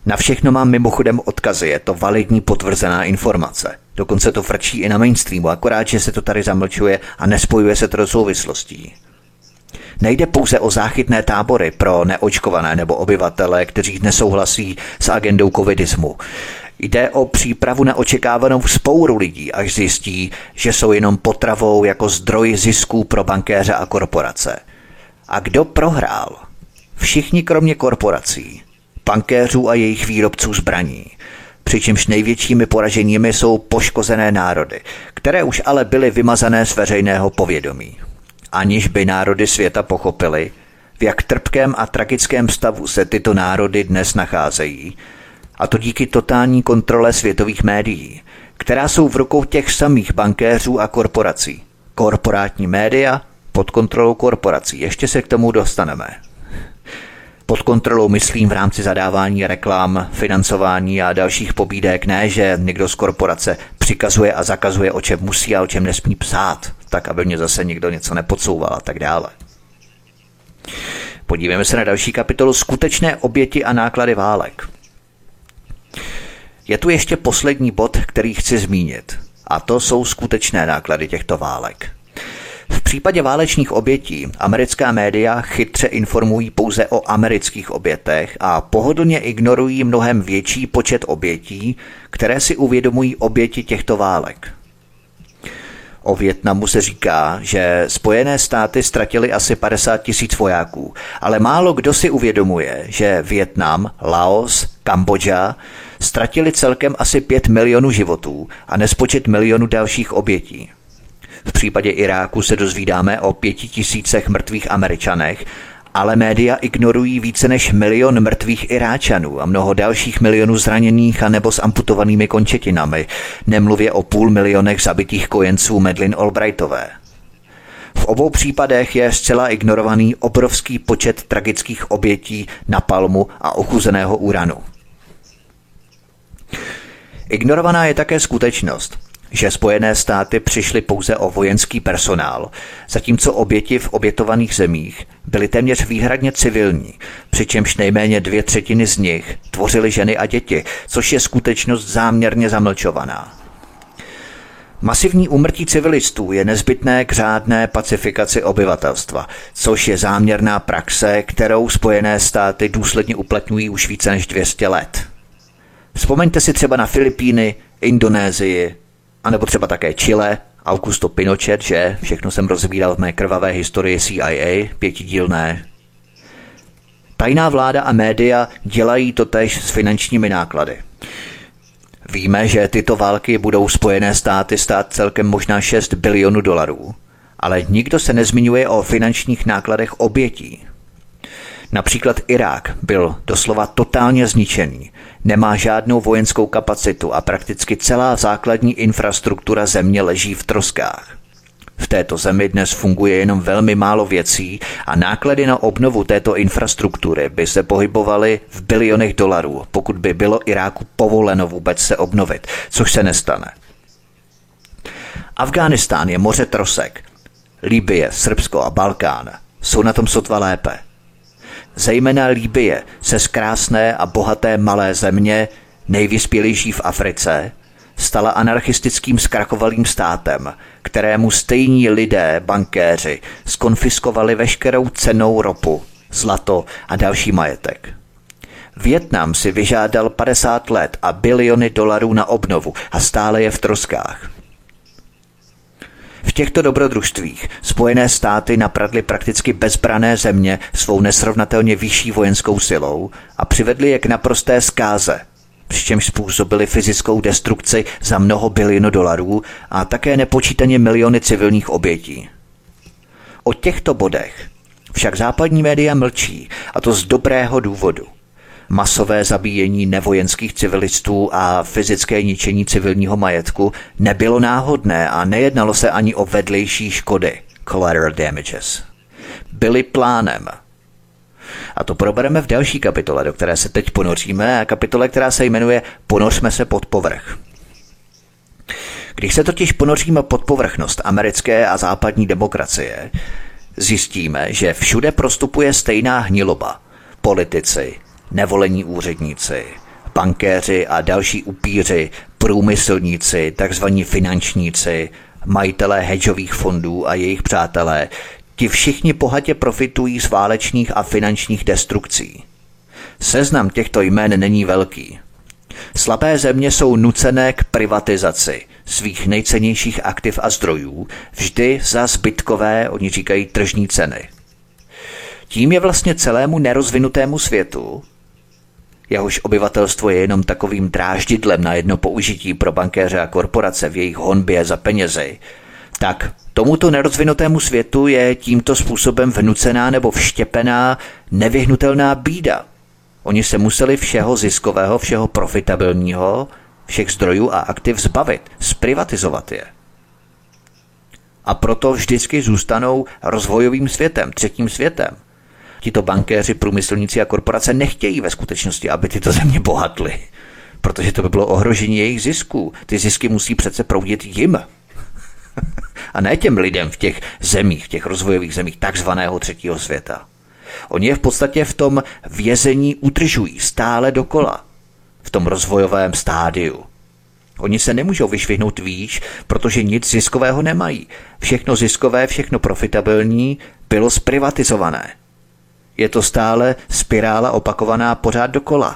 Na všechno mám mimochodem odkazy, je to validní potvrzená informace. Dokonce to frčí i na mainstreamu, akorát, že se to tady zamlčuje a nespojuje se to do souvislostí. Nejde pouze o záchytné tábory pro neočkované nebo obyvatele, kteří nesouhlasí s agendou covidismu. Jde o přípravu na očekávanou vzpouru lidí, až zjistí, že jsou jenom potravou jako zdroj zisků pro bankéře a korporace. A kdo prohrál? Všichni kromě korporací, bankéřů a jejich výrobců zbraní. Přičemž největšími poraženími jsou poškozené národy, které už ale byly vymazané z veřejného povědomí. Aniž by národy světa pochopily, v jak trpkém a tragickém stavu se tyto národy dnes nacházejí, a to díky totální kontrole světových médií, která jsou v rukou těch samých bankéřů a korporací. Korporátní média pod kontrolou korporací. Ještě se k tomu dostaneme. Pod kontrolou myslím v rámci zadávání reklam, financování a dalších pobídek, ne, že někdo z korporace přikazuje a zakazuje, o čem musí a o čem nesmí psát, tak aby mě zase někdo něco nepodsouval a tak dále. Podívejme se na další kapitolu skutečné oběti a náklady válek. Je tu ještě poslední bod, který chci zmínit, a to jsou skutečné náklady těchto válek. V případě válečných obětí americká média chytře informují pouze o amerických obětech a pohodlně ignorují mnohem větší počet obětí, které si uvědomují oběti těchto válek. O Vietnamu se říká, že Spojené státy ztratily asi 50 000 vojáků, ale málo kdo si uvědomuje, že Vietnam, Laos, Kambodža ztratili celkem asi 5 milionů životů a nespočet milionů dalších obětí. V případě Iráku se dozvídáme o 5 000 mrtvých Američanech, ale média ignorují více než 1 milion mrtvých Iráčanů a mnoho dalších milionů zraněných a nebo s amputovanými končetinami, nemluvě o 500 000 zabitých kojenců Madeleine Albrightové. V obou případech je zcela ignorovaný obrovský počet tragických obětí napalmu a ochuzeného uranu. Ignorovaná je také skutečnost, že Spojené státy přišly pouze o vojenský personál, zatímco oběti v obětovaných zemích byly téměř výhradně civilní, přičemž nejméně 2/3 z nich tvořily ženy a děti, což je skutečnost záměrně zamlčovaná. Masivní úmrtí civilistů je nezbytné k řádné pacifikaci obyvatelstva, což je záměrná praxe, kterou Spojené státy důsledně uplatňují už více než 200 let. Vzpomeňte si třeba na Filipíny, Indonésii, anebo třeba také Chile, Augusto Pinochet, že? Všechno jsem rozvídal v mé krvavé historii CIA, 5dílné. Tajná vláda a média dělají totéž s finančními náklady. Víme, že tyto války budou Spojené státy stát celkem možná $6 bilionů, ale nikdo se nezmiňuje o finančních nákladech obětí. Například Irák byl doslova totálně zničený, nemá žádnou vojenskou kapacitu a prakticky celá základní infrastruktura země leží v troskách. V této zemi dnes funguje jenom velmi málo věcí a náklady na obnovu této infrastruktury by se pohybovaly v bilionech dolarů, pokud by bylo Iráku povoleno vůbec se obnovit, což se nestane. Afghánistán je moře trosek. Libye, Srbsko a Balkán jsou na tom sotva lépe. Zejména Libye se z krásné a bohaté malé země, nejvyspělejší v Africe, stala anarchistickým zkrachovalým státem, kterému stejní lidé, bankéři, zkonfiskovali veškerou cennou ropu, zlato a další majetek. Vietnam si vyžádal 50 let a biliony dolarů na obnovu a stále je v troskách. V těchto dobrodružstvích Spojené státy napadly prakticky bezbrané země svou nesrovnatelně vyšší vojenskou silou a přivedly je k naprosté zkáze, přičemž způsobili fyzickou destrukci za mnoho bilionů dolarů a také nepočítaně miliony civilních obětí. O těchto bodech však západní média mlčí, a to z dobrého důvodu. Masové zabíjení nevojenských civilistů a fyzické ničení civilního majetku nebylo náhodné a nejednalo se ani o vedlejší škody, collateral damages. Byly plánem. A to probereme v další kapitole, do které se teď ponoříme, a kapitole, která se jmenuje Ponořme se pod povrch. Když se totiž ponoříme pod povrchnost americké a západní demokracie, zjistíme, že všude prostupuje stejná hniloba. Politici, nevolení úředníci, bankéři a další upíři, průmyslníci, takzvaní finančníci, majitelé hedžových fondů a jejich přátelé, ti všichni bohatě profitují z válečných a finančních destrukcí. Seznam těchto jmén není velký. Slabé země jsou nucené k privatizaci svých nejcennějších aktiv a zdrojů, vždy za zbytkové, oni říkají, tržní ceny. Tím je vlastně celému nerozvinutému světu, jehož obyvatelstvo je jenom takovým dráždidlem na jedno použití pro bankéře a korporace v jejich honbě za penězi, tak tomuto nerozvinutému světu je tímto způsobem vnucená nebo vštěpená nevyhnutelná bída. Oni se museli všeho ziskového, všeho profitabilního, všech zdrojů a aktiv zbavit, zprivatizovat je. A proto vždycky zůstanou rozvojovým světem, třetím světem. Tito bankéři, průmyslníci a korporace nechtějí ve skutečnosti, aby tyto země bohatly, protože to by bylo ohrožení jejich zisků. Ty zisky musí přece proudit jim. A ne těm lidem v těch zemích, v těch rozvojových zemích takzvaného třetího světa. Oni je v podstatě v tom vězení udržují stále dokola, v tom rozvojovém stádiu. Oni se nemůžou vyšvihnout výš, protože nic ziskového nemají. Všechno ziskové, všechno profitabilní bylo zprivatizované. Je to stále spirála opakovaná pořád dokola.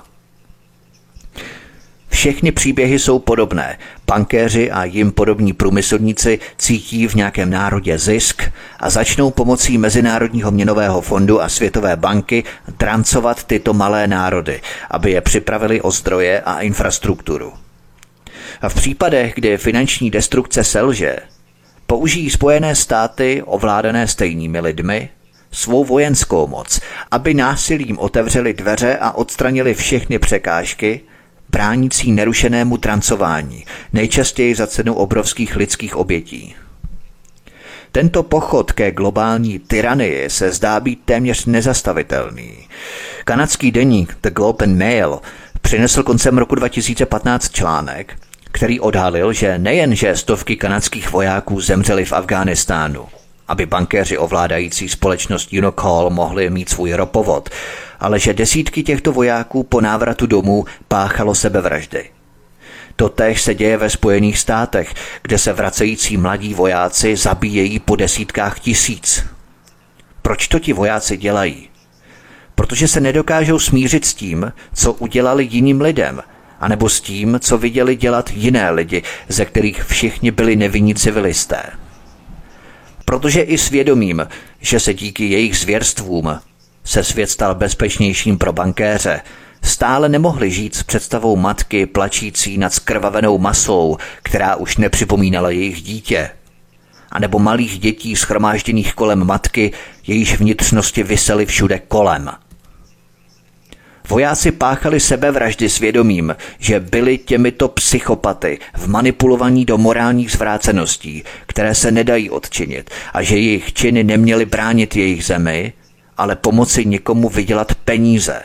Všechny příběhy jsou podobné. Bankéři a jim podobní průmyslníci cítí v nějakém národě zisk a začnou pomocí Mezinárodního měnového fondu a Světové banky drancovat tyto malé národy, aby je připravili o zdroje a infrastrukturu. A v případech, kdy finanční destrukce selže, použijí Spojené státy ovládané stejnými lidmi svou vojenskou moc, aby násilím otevřeli dveře a odstranili všechny překážky, bránící nerušenému drancování, nejčastěji za cenu obrovských lidských obětí. Tento pochod ke globální tyranii se zdá být téměř nezastavitelný. Kanadský deník The Globe and Mail přinesl koncem roku 2015 článek, který odhalil, že nejenže stovky kanadských vojáků zemřeli v Afghánistánu, aby bankéři ovládající společnost Unocal mohli mít svůj ropovod, ale že desítky těchto vojáků po návratu domů páchalo sebevraždy. Totéž se děje ve Spojených státech, kde se vracející mladí vojáci zabíjejí po desítkách tisíc. Proč to ti vojáci dělají? Protože se nedokážou smířit s tím, co udělali jiným lidem, anebo s tím, co viděli dělat jiné lidi, ze kterých všichni byli nevinní civilisté. Protože i svědomím, že se díky jejich zvěrstvům se svět stal bezpečnějším pro bankéře, stále nemohli žít s představou matky plačící nad skrvavenou masou, která už nepřipomínala jejich dítě, anebo malých dětí shromážděných kolem matky, jejíž vnitřnosti visely všude kolem. Vojáci páchali sebevraždy svědomím, že byli těmito psychopaty vmanipulovaní do morálních zvráceností, které se nedají odčinit, a že jejich činy neměly bránit jejich zemi, ale pomoci někomu vydělat peníze.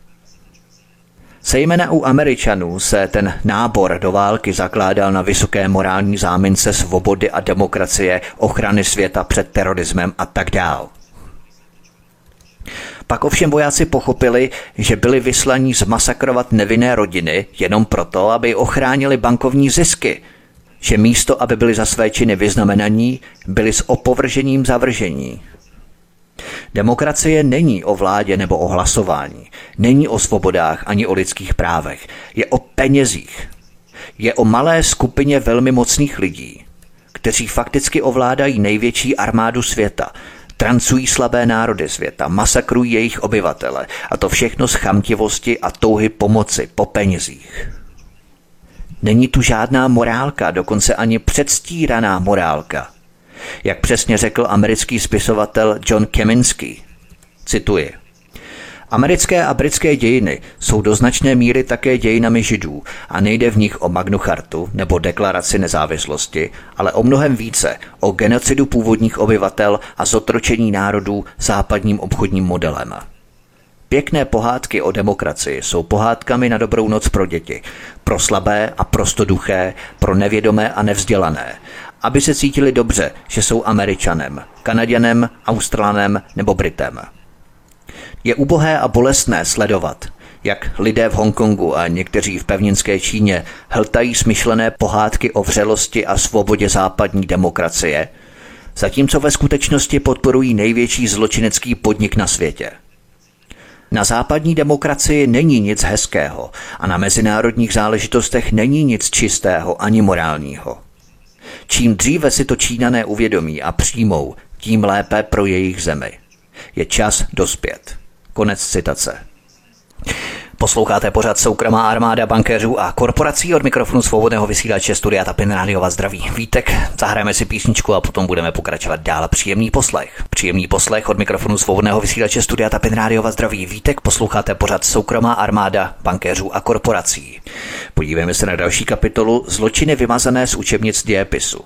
Zejména u Američanů se ten nábor do války zakládal na vysoké morální zámince svobody a demokracie, ochrany světa před terorismem a tak dál. Pak ovšem vojáci pochopili, že byli vyslaní zmasakrovat nevinné rodiny jenom proto, aby ochránili bankovní zisky, že místo, aby byli za své činy vyznamenaní, byli s opovržením zavržení. Demokracie není o vládě nebo o hlasování, není o svobodách ani o lidských právech, je o penězích. Je o malé skupině velmi mocných lidí, kteří fakticky ovládají největší armádu světa, trancují slabé národy světa, masakrují jejich obyvatele, a to všechno z chamtivosti a touhy pomoci po penězích. Není tu žádná morálka, dokonce ani předstíraná morálka. Jak přesně řekl americký spisovatel John Kaminsky, cituji: Americké a britské dějiny jsou do značné míry také dějinami Židů a nejde v nich o Magnu Chartu nebo deklaraci nezávislosti, ale o mnohem více, o genocidu původních obyvatel a zotročení národů západním obchodním modelem. Pěkné pohádky o demokracii jsou pohádkami na dobrou noc pro děti, pro slabé a prostoduché, pro nevědomé a nevzdělané, aby se cítili dobře, že jsou Američanem, Kanaďanem, Australanem nebo Britem. Je ubohé a bolestné sledovat, Jak lidé v Hongkongu a někteří v pevninské Číně hltají smyšlené pohádky o vřelosti a svobodě západní demokracie, zatímco ve skutečnosti podporují největší zločinecký podnik na světě. Na západní demokracii není nic hezkého a na mezinárodních záležitostech není nic čistého ani morálního. Čím dříve si to Číňané uvědomí a přijmou, tím lépe pro jejich zemi. Je čas dospět. Konec citace. Posloucháte pořad Soukromá armáda bankéřů a korporací. Od mikrofonu svobodného vysílače Studia Tapin Rádio vás zdraví Vítek. Zahrajeme si písničku a potom budeme pokračovat dál. Příjemný poslech. Příjemný poslech od mikrofonu svobodného vysílače Studia Tapin Rádio vás zdraví Vítek. Posloucháte pořad Soukromá armáda bankéřů a korporací. Podívejme se na další kapitolu Zločiny vymazané z učebnic dějepisu.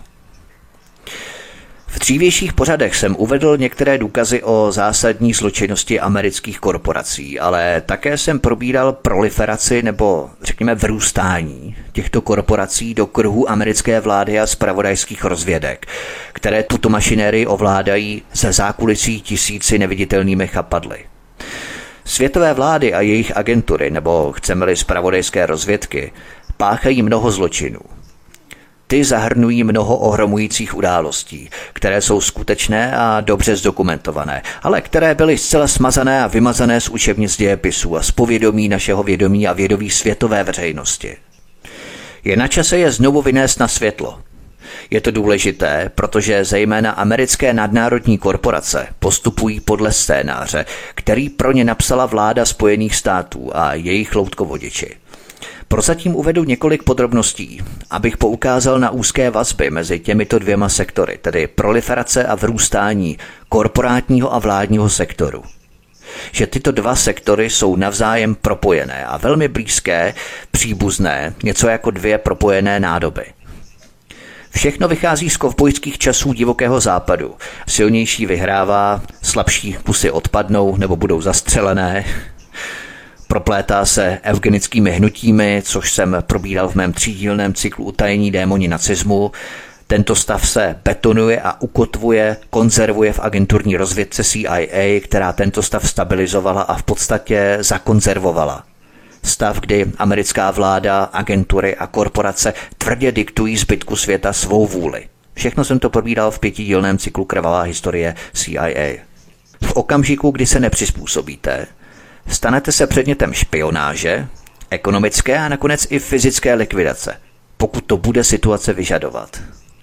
V dřívějších pořadech jsem uvedl některé důkazy o zásadní zločinnosti amerických korporací, ale také jsem probíral proliferaci nebo řekněme vrůstání těchto korporací do kruhu americké vlády a zpravodajských rozvědek, které tuto mašinérii ovládají ze zákulisí tisíci neviditelnými chapadly. Světové vlády a jejich agentury, nebo chceme-li zpravodajské rozvědky, páchají mnoho zločinů. Ty zahrnují mnoho ohromujících událostí, které jsou skutečné a dobře zdokumentované, ale které byly zcela smazané a vymazané z učebnic dějepisů a z povědomí našeho vědomí a vědomí světové veřejnosti. Je na čase je znovu vynést na světlo. Je to důležité, protože zejména americké nadnárodní korporace postupují podle scénáře, který pro ně napsala vláda Spojených států a jejich loutkovodiči. Prozatím uvedu několik podrobností, abych poukázal na úzké vazby mezi těmito dvěma sektory, tedy proliferace a vrůstání korporátního a vládního sektoru. Že tyto dva sektory jsou navzájem propojené a velmi blízké, příbuzné, něco jako dvě propojené nádoby. Všechno vychází z kovbojských časů divokého západu. Silnější vyhrává, slabší kusy odpadnou nebo budou zastřelené. Proplétá se eugenickými hnutími, což jsem probíral v mém 3dílném cyklu Utajení démoni nacismu. Tento stav se betonuje a ukotvuje, konzervuje v agenturní rozvědce CIA, která tento stav stabilizovala a v podstatě zakonzervovala. Stav, kdy americká vláda, agentury a korporace tvrdě diktují zbytku světa svou vůli. Všechno jsem to probíral v 5dílném cyklu Krvavá historie CIA. V okamžiku, kdy se nepřizpůsobíte, stanete se předmětem špionáže, ekonomické a nakonec i fyzické likvidace, pokud to bude situace vyžadovat.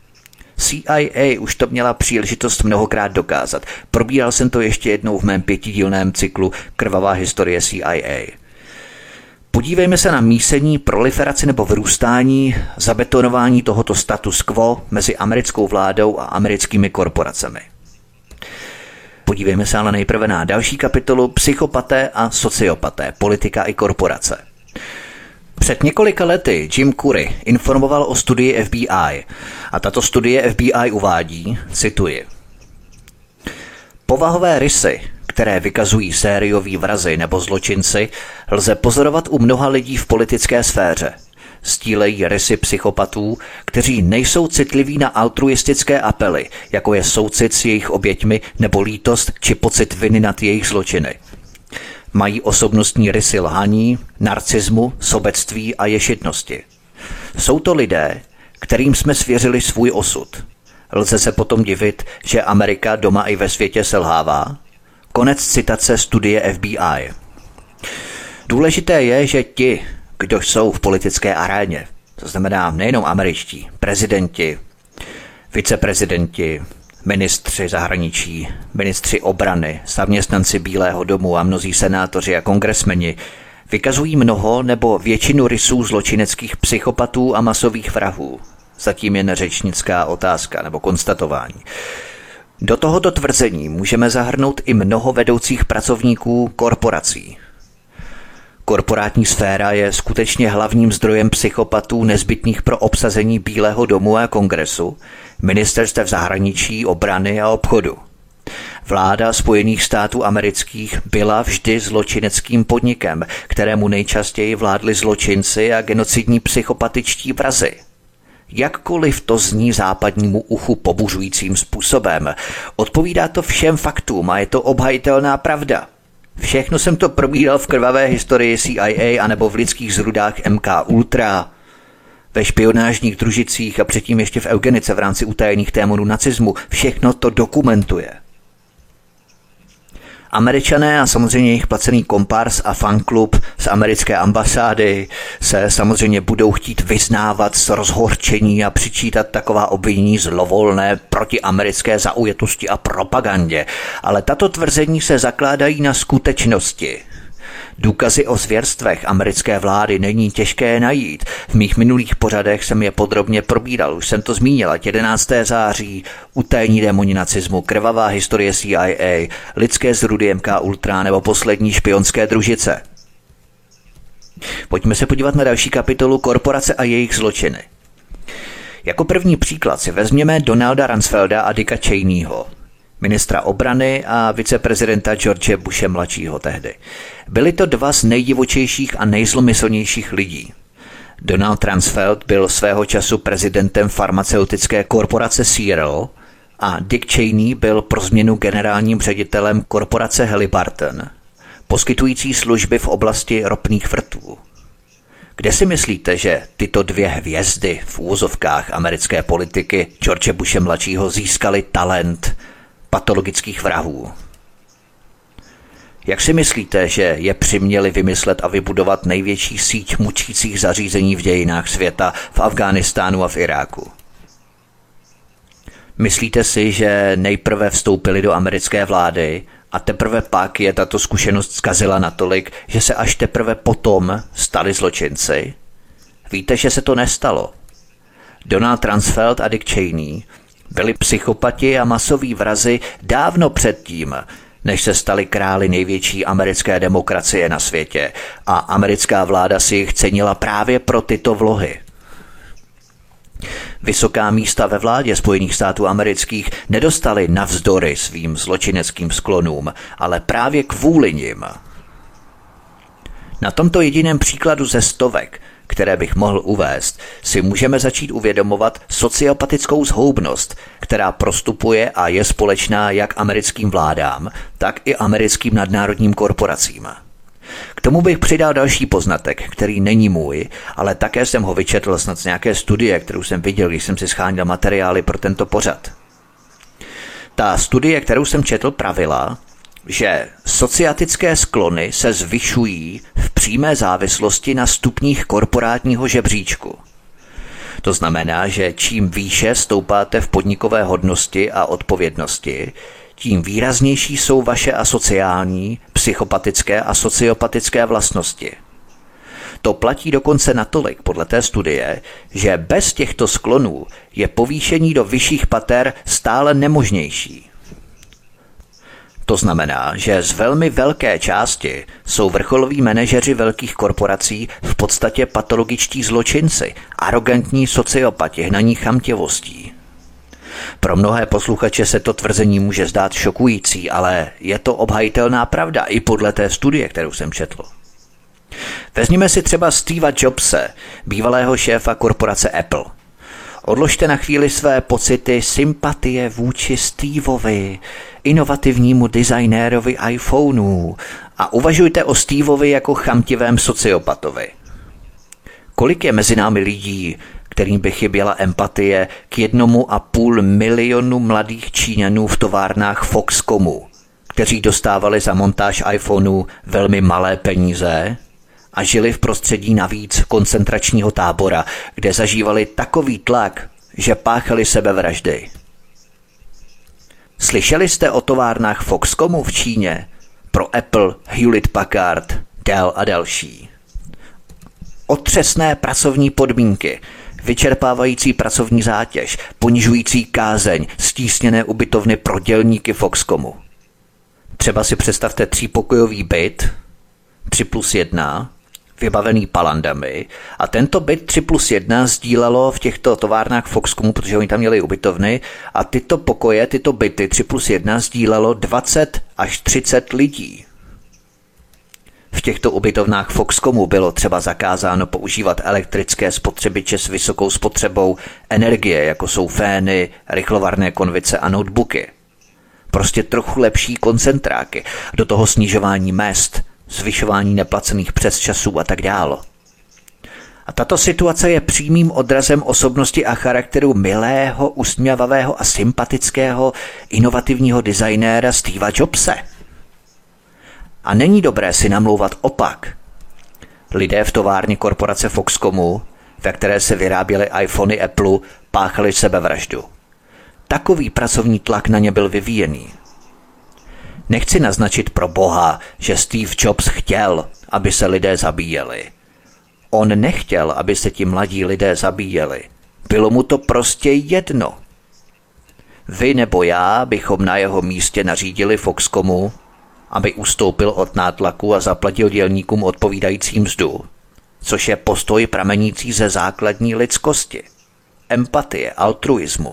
CIA už to měla příležitost mnohokrát dokázat. Probíral jsem to ještě jednou v mém 5dílném cyklu Krvavá historie CIA. Podívejme se na mísení, proliferaci nebo vrůstání, zabetonování tohoto status quo mezi americkou vládou a americkými korporacemi. Podívejme se ale nejprve na další kapitolu Psychopaté a sociopaté, politika i korporace. Před několika lety Jim Curry informoval o studii FBI a tato studie FBI uvádí, cituji: povahové rysy, které vykazují sérioví vrazi nebo zločinci, lze pozorovat u mnoha lidí v politické sféře. Sdílejí rysy psychopatů, kteří nejsou citliví na altruistické apely, jako je soucit s jejich oběťmi nebo lítost či pocit viny nad jejich zločiny. Mají osobnostní rysy lhaní, narcismu, sobectví a ješitnosti. Jsou to lidé, kterým jsme svěřili svůj osud. Lze se potom divit, že Amerika doma i ve světě selhává? Konec citace studie FBI. Důležité je, že ti, kdo jsou v politické aréně, to znamená nejenom američtí, prezidenti, viceprezidenti, ministři zahraničí, ministři obrany, zaměstnanci Bílého domu a mnozí senátoři a kongresmeni, vykazují mnoho nebo většinu rysů zločineckých psychopatů a masových vrahů. Zatím jen řečnická otázka nebo konstatování. Do tohoto tvrzení můžeme zahrnout i mnoho vedoucích pracovníků korporací. Korporátní sféra je skutečně hlavním zdrojem psychopatů nezbytných pro obsazení Bílého domu a kongresu, ministerstev zahraničí, obrany a obchodu. Vláda Spojených států amerických byla vždy zločineckým podnikem, kterému nejčastěji vládli zločinci a genocidní psychopatičtí vrazi. Jakkoliv to zní západnímu uchu pobuřujícím způsobem, odpovídá to všem faktům a je to obhajitelná pravda. Všechno jsem to probíral v krvavé historii CIA anebo v lidských zrudách MK Ultra, ve špionážních družicích a předtím ještě v eugenice v rámci utajených témonů nacismu. Všechno to dokumentuje. Američané a samozřejmě jejich placený kompars a fanklub z americké ambasády se samozřejmě budou chtít vyznávat z rozhorčení a přičítat taková obvinění zlovolné protiamerické zaujatosti a propagandě. Ale tato tvrzení se zakládají na skutečnosti. Důkazy o zvěrstvech americké vlády není těžké najít. V mých minulých pořadech jsem je podrobně probíral. Už jsem to zmínil, ať 11. září, utajení démoni nacismu, krvavá historie CIA, lidské zrudy MK Ultra nebo poslední špionské družice. Pojďme se podívat na další kapitolu korporace a jejich zločiny. Jako první příklad si vezměme Donalda Rumsfelda a Dicka Cheneyho, ministra obrany a viceprezidenta George Bushe mladšího tehdy. Byli to dva z nejdivočejších a nejzlomyslnějších lidí. Donald Rumsfeld byl svého času prezidentem farmaceutické korporace Searle a Dick Cheney byl pro změnu generálním ředitelem korporace Halliburton, poskytující služby v oblasti ropných vrtů. Kde si myslíte, že tyto dvě hvězdy v úvozovkách americké politiky George Bushe mladšího získali talent patologických vrahů? Jak si myslíte, že je přiměli vymyslet a vybudovat největší síť mučících zařízení v dějinách světa v Afghánistánu a v Iráku? Myslíte si, že nejprve vstoupili do americké vlády a teprve pak je tato zkušenost zkazila natolik, že se až teprve potom stali zločinci? Víte, že se to nestalo. Donald Rumsfeld a Dick Cheney byli psychopati a masoví vrazi dávno předtím, než se stali králi největší americké demokracie na světě a americká vláda si jich cenila právě pro tyto vlohy. Vysoká místa ve vládě Spojených států amerických nedostali navzdory svým zločineckým sklonům, ale právě kvůli nim. Na tomto jediném příkladu ze stovek, které bych mohl uvést, si můžeme začít uvědomovat sociopatickou zhoubnost, která prostupuje a je společná jak americkým vládám, tak i americkým nadnárodním korporacím. K tomu bych přidal další poznatek, který není můj, ale také jsem ho vyčetl snad z nějaké studie, kterou jsem viděl, když jsem si sháněl materiály pro tento pořad. Ta studie, kterou jsem četl, pravila, že sociatické sklony se zvyšují v přímé závislosti na stupních korporátního žebříčku. To znamená, že čím výše stoupáte v podnikové hodnosti a odpovědnosti, tím výraznější jsou vaše asociální, psychopatické a sociopatické vlastnosti. To platí dokonce natolik podle té studie, že bez těchto sklonů je povýšení do vyšších pater stále nemožnější. To znamená, že z velmi velké části jsou vrcholoví manažeři velkých korporací v podstatě patologičtí zločinci, arrogantní sociopati, hnaní chamtivostí. Pro mnohé posluchače se to tvrzení může zdát šokující, ale je to obhajitelná pravda i podle té studie, kterou jsem četl. Vezměme si třeba Steva Jobse, bývalého šéfa korporace Apple. Odložte na chvíli své pocity sympatie vůči Steveovi, inovativnímu designérovi iPhoneů a uvažujte o Steveovi jako chamtivém sociopatovi. Kolik je mezi námi lidí, kterým by chyběla empatie k 1,5 milionu mladých Číňanů v továrnách Foxcomu, kteří dostávali za montáž iPhoneu velmi malé peníze a žili v prostředí navíc koncentračního tábora, kde zažívali takový tlak, že páchali sebevraždy. Slyšeli jste o továrnách Foxcomu v Číně? Pro Apple, Hewlett Packard, Dell a další. Otřesné pracovní podmínky, vyčerpávající pracovní zátěž, ponižující kázeň, stísněné ubytovny pro dělníky Foxcomu. Třeba si představte 3pokojový byt, 3+1, vybavený palandami, a tento byt 3+1 sdílelo v těchto továrnách Foxcomu, protože oni tam měli ubytovny, a tyto pokoje, tyto byty 3+1 sdílelo 20 až 30 lidí. V těchto ubytovnách Foxcomu bylo třeba zakázáno používat elektrické spotřebiče s vysokou spotřebou energie, jako jsou fény, rychlovarné konvice a notebooky. Prostě trochu lepší koncentráky, do toho snižování mezd, zvyšování neplacených přesčasů a tak dále. A tato situace je přímým odrazem osobnosti a charakteru milého, usměvavého a sympatického, inovativního designéra Steva Jobse. A není dobré si namlouvat opak. Lidé v továrně korporace Foxconnu, ve které se vyráběly iPhony Apple, páchali sebevraždu. Takový pracovní tlak na ně byl vyvíjený. Nechci naznačit pro Boha, že Steve Jobs chtěl, aby se lidé zabíjeli. On nechtěl, aby se ti mladí lidé zabíjeli. Bylo mu to prostě jedno. Vy nebo já bychom na jeho místě nařídili Foxconnu, aby ustoupil od nátlaku a zaplatil dělníkům odpovídající mzdu, což je postoj pramenící ze základní lidskosti, empatie, altruismu.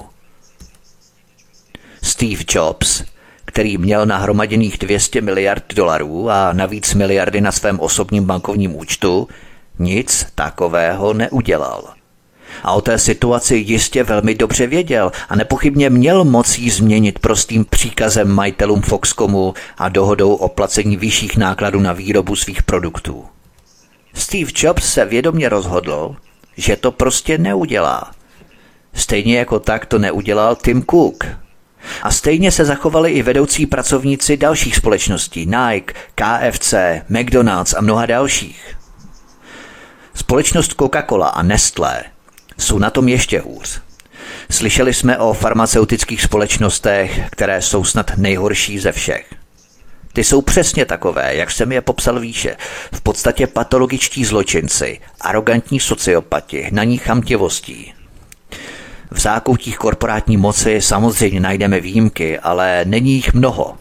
Steve Jobs, který měl nahromaděných 200 miliard dolarů a navíc miliardy na svém osobním bankovním účtu, nic takového neudělal. A o té situaci jistě velmi dobře věděl a nepochybně měl moc jí změnit prostým příkazem majitelům Foxconnu a dohodou o placení vyšších nákladů na výrobu svých produktů. Steve Jobs se vědomě rozhodl, že to prostě neudělá. Stejně jako tak to neudělal Tim Cook. A stejně se zachovali i vedoucí pracovníci dalších společností Nike, KFC, McDonald's a mnoha dalších. Společnost Coca-Cola a Nestlé jsou na tom ještě hůř. Slyšeli jsme o farmaceutických společnostech, které jsou snad nejhorší ze všech. Ty jsou přesně takové, jak jsem je popsal výše. V podstatě patologičtí zločinci, arrogantní sociopati, hnaní chamtivostí. V zákoutích korporátní moci samozřejmě najdeme výjimky, ale není jich mnoho.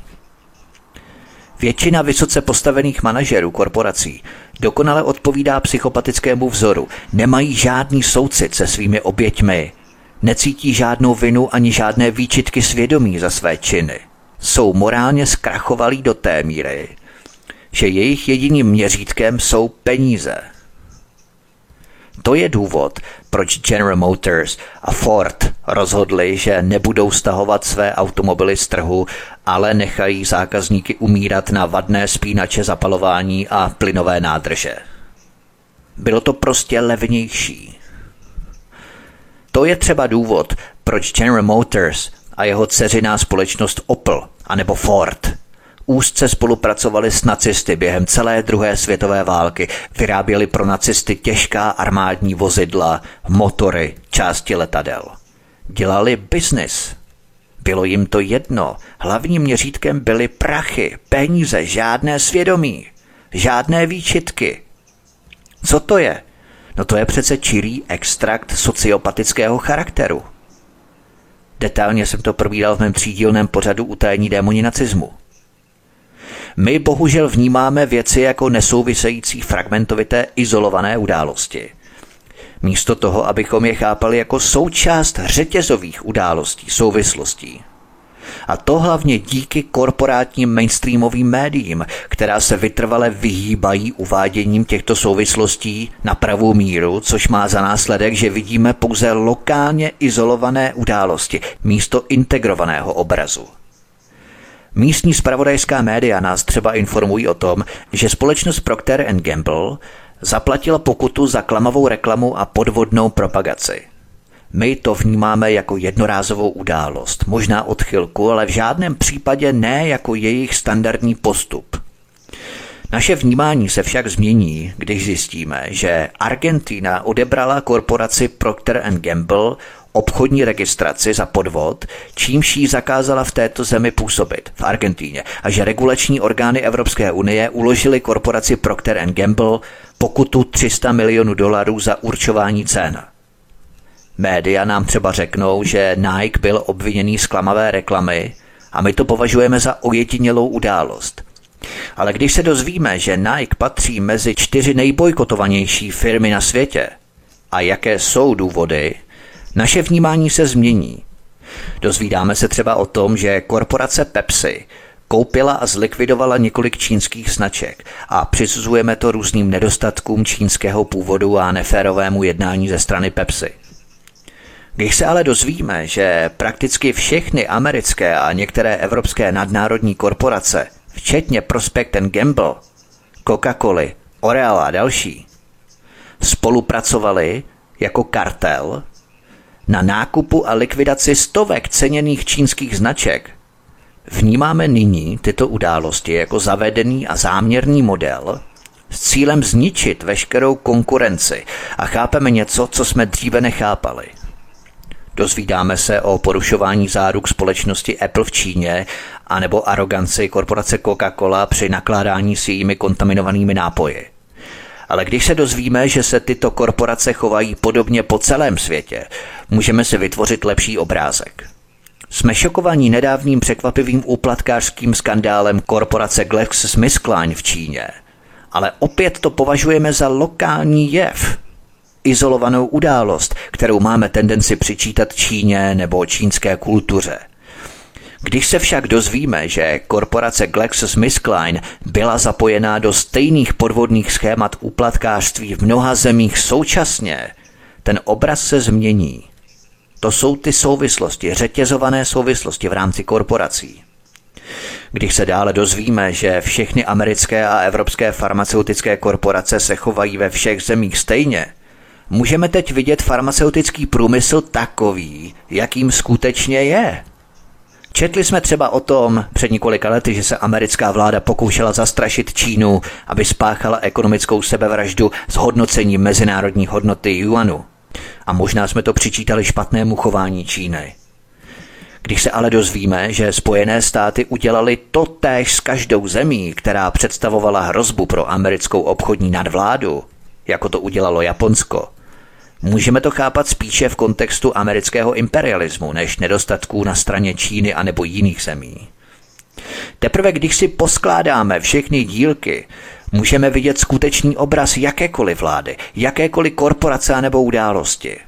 Většina vysoce postavených manažerů korporací dokonale odpovídá psychopatickému vzoru, nemají žádný soucit se svými oběťmi, necítí žádnou vinu ani žádné výčitky svědomí za své činy. Jsou morálně zkrachovalí do té míry, že jejich jediným měřítkem jsou peníze. To je důvod, proč General Motors a Ford rozhodli, že nebudou stahovat své automobily z trhu, ale nechají zákazníky umírat na vadné spínače zapalování a plynové nádrže. Bylo to prostě levnější. To je třeba důvod, proč General Motors a jeho dceřiná společnost Opel anebo Ford úzce spolupracovali s nacisty během celé druhé světové války, vyráběli pro nacisty těžká armádní vozidla, motory, části letadel. Dělali biznis. Bylo jim to jedno. Hlavním měřítkem byly prachy, peníze, žádné svědomí, žádné výčitky. Co to je? No to je přece čirý extrakt sociopatického charakteru. Detailně jsem to probíral v mém třídílném pořadu Utajení démoni nacismu. My bohužel vnímáme věci jako nesouvisející fragmentovité izolované události. Místo toho, abychom je chápali jako součást řetězových událostí, souvislostí. A to hlavně díky korporátním mainstreamovým médiím, která se vytrvale vyhýbají uváděním těchto souvislostí na pravou míru, což má za následek, že vidíme pouze lokálně izolované události místo integrovaného obrazu. Místní zpravodajská média nás třeba informují o tom, že společnost Procter & Gamble zaplatila pokutu za klamavou reklamu a podvodnou propagaci. My to vnímáme jako jednorázovou událost, možná odchylku, ale v žádném případě ne jako jejich standardní postup. Naše vnímání se však změní, když zjistíme, že Argentina odebrala korporaci Procter & Gamble obchodní registraci za podvod, čímž jí zakázala v této zemi působit, v Argentíně, a že regulační orgány Evropské unie uložily korporaci Procter & Gamble pokutu $300 milionů za určování cen. Média nám třeba řeknou, že Nike byl obviněný z klamavé reklamy a my to považujeme za ojedinělou událost. Ale když se dozvíme, že Nike patří mezi 4 nejbojkotovanější firmy na světě a jaké jsou důvody, naše vnímání se změní. Dozvídáme se třeba o tom, že korporace Pepsi koupila a zlikvidovala několik čínských značek a přisuzujeme to různým nedostatkům čínského původu a neférovému jednání ze strany Pepsi. Když se ale dozvíme, že prakticky všechny americké a některé evropské nadnárodní korporace, včetně Procter & Gamble, Coca-Coly, L'Oréal a další, spolupracovali jako kartel na nákupu a likvidaci stovek ceněných čínských značek, vnímáme nyní tyto události jako zavedený a záměrný model s cílem zničit veškerou konkurenci a chápeme něco, co jsme dříve nechápali. Dozvídáme se o porušování záruk společnosti Apple v Číně anebo aroganci korporace Coca-Cola při nakládání s jejími kontaminovanými nápoji. Ale když se dozvíme, že se tyto korporace chovají podobně po celém světě, můžeme si vytvořit lepší obrázek. Jsme šokovaní nedávným překvapivým úplatkářským skandálem korporace GlaxoSmithKline v Číně, ale opět to považujeme za lokální jev, izolovanou událost, kterou máme tendenci přičítat Číně nebo čínské kultuře. Když se však dozvíme, že korporace GlaxoSmithKline byla zapojená do stejných podvodných schémat úplatkářství v mnoha zemích současně, ten obraz se změní. To jsou ty souvislosti, řetězované souvislosti v rámci korporací. Když se dále dozvíme, že všechny americké a evropské farmaceutické korporace se chovají ve všech zemích stejně, můžeme teď vidět farmaceutický průmysl takový, jakým skutečně je. Četli jsme třeba o tom před několika lety, že se americká vláda pokoušela zastrašit Čínu, aby spáchala ekonomickou sebevraždu s hodnocením mezinárodní hodnoty juanu. A možná jsme to přičítali špatnému chování Číny. Když se ale dozvíme, že Spojené státy udělali totéž s každou zemí, která představovala hrozbu pro americkou obchodní nadvládu, jako to udělalo Japonsko, můžeme to chápat spíše v kontextu amerického imperialismu, než nedostatků na straně Číny anebo jiných zemí. Teprve když si poskládáme všechny dílky, můžeme vidět skutečný obraz jakékoliv vlády, jakékoliv korporace anebo události.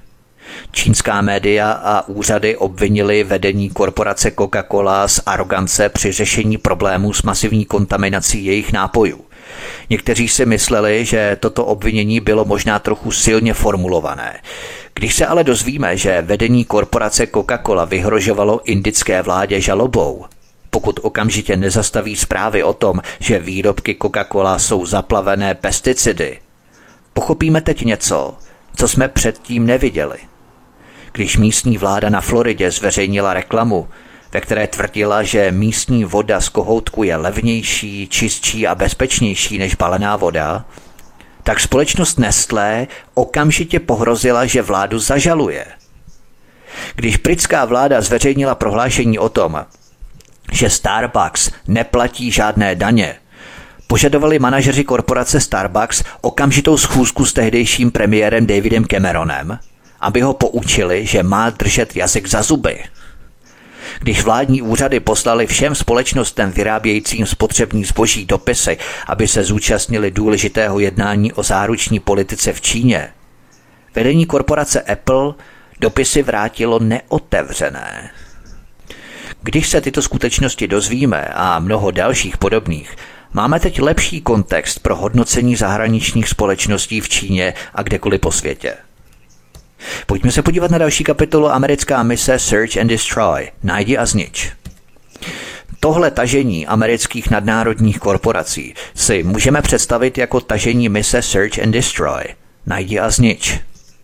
Čínská média a úřady obvinili vedení korporace Coca-Cola z arogance při řešení problémů s masivní kontaminací jejich nápojů. Někteří si mysleli, že toto obvinění bylo možná trochu silně formulované. Když se ale dozvíme, že vedení korporace Coca-Cola vyhrožovalo indické vládě žalobou, pokud okamžitě nezastaví zprávy o tom, že výrobky Coca-Cola jsou zaplavené pesticidy, pochopíme teď něco, co jsme předtím neviděli. Když místní vláda na Floridě zveřejnila reklamu, ve které tvrdila, že místní voda z kohoutku je levnější, čistší a bezpečnější než balená voda, tak společnost Nestlé okamžitě pohrozila, že vládu zažaluje. Když britská vláda zveřejnila prohlášení o tom, že Starbucks neplatí žádné daně, požadovali manažeři korporace Starbucks okamžitou schůzku s tehdejším premiérem Davidem Cameronem, aby ho poučili, že má držet jazyk za zuby. Když vládní úřady poslali všem společnostem vyrábějícím spotřební zboží dopisy, aby se zúčastnili důležitého jednání o záruční politice v Číně, vedení korporace Apple dopisy vrátilo neotevřené. Když se tyto skutečnosti dozvíme a mnoho dalších podobných, máme teď lepší kontext pro hodnocení zahraničních společností v Číně a kdekoliv po světě. Pojďme se podívat na další kapitolu americká mise Search and Destroy, najdi a znič. Tohle tažení amerických nadnárodních korporací si můžeme představit jako tažení mise Search and Destroy, najdi a znič.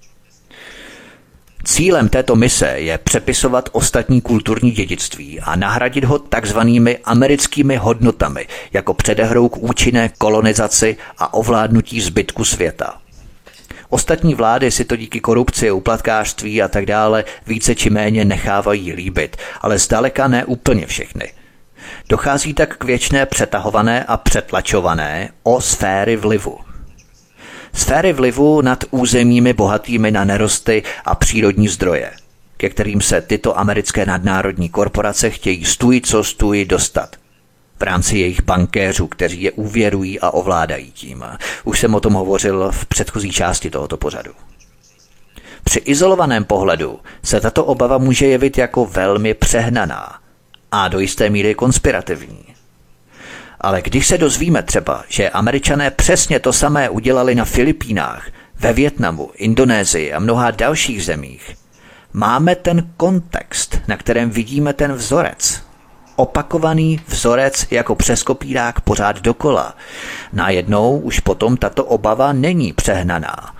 Cílem této mise je přepisovat ostatní kulturní dědictví a nahradit ho takzvanými americkými hodnotami jako předehrou k účinné kolonizaci a ovládnutí zbytku světa. Ostatní vlády si to díky korupci, úplatkářství a tak dále více či méně nechávají líbit, ale zdaleka ne úplně všechny. Dochází tak k věčné přetahované a přetlačované o sféry vlivu. Sféry vlivu nad územími bohatými na nerosty a přírodní zdroje, ke kterým se tyto americké nadnárodní korporace chtějí stůj co stůj dostat. V rámci jejich bankéřů, kteří je úvěrují a ovládají tím. Už jsem o tom hovořil v předchozí části tohoto pořadu. Při izolovaném pohledu se tato obava může jevit jako velmi přehnaná a do jisté míry konspirativní. Ale když se dozvíme třeba, že Američané přesně to samé udělali na Filipínách, ve Vietnamu, Indonésii a mnoha dalších zemích, máme ten kontext, na kterém vidíme ten vzorec. Opakovaný vzorec jako přes kopírák pořád dokola. Najednou už potom tato obava není přehnaná.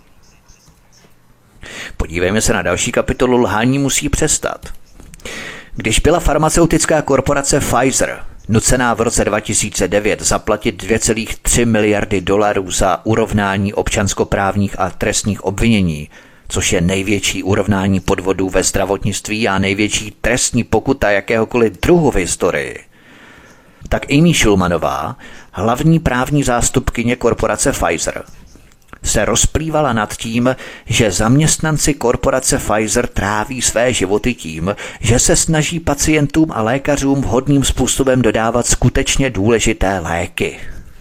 Podívejme se na další kapitolu Lhání musí přestat. Když byla farmaceutická korporace Pfizer nucená v roce 2009 zaplatit 2,3 miliardy dolarů za urovnání občanskoprávních a trestních obvinění, což je největší urovnání podvodů ve zdravotnictví a největší trestní pokuta jakéhokoliv druhu v historii, tak Amy Schulmanová, hlavní právní zástupkyně korporace Pfizer, se rozplývala nad tím, že zaměstnanci korporace Pfizer tráví své životy tím, že se snaží pacientům a lékařům vhodným způsobem dodávat skutečně důležité léky.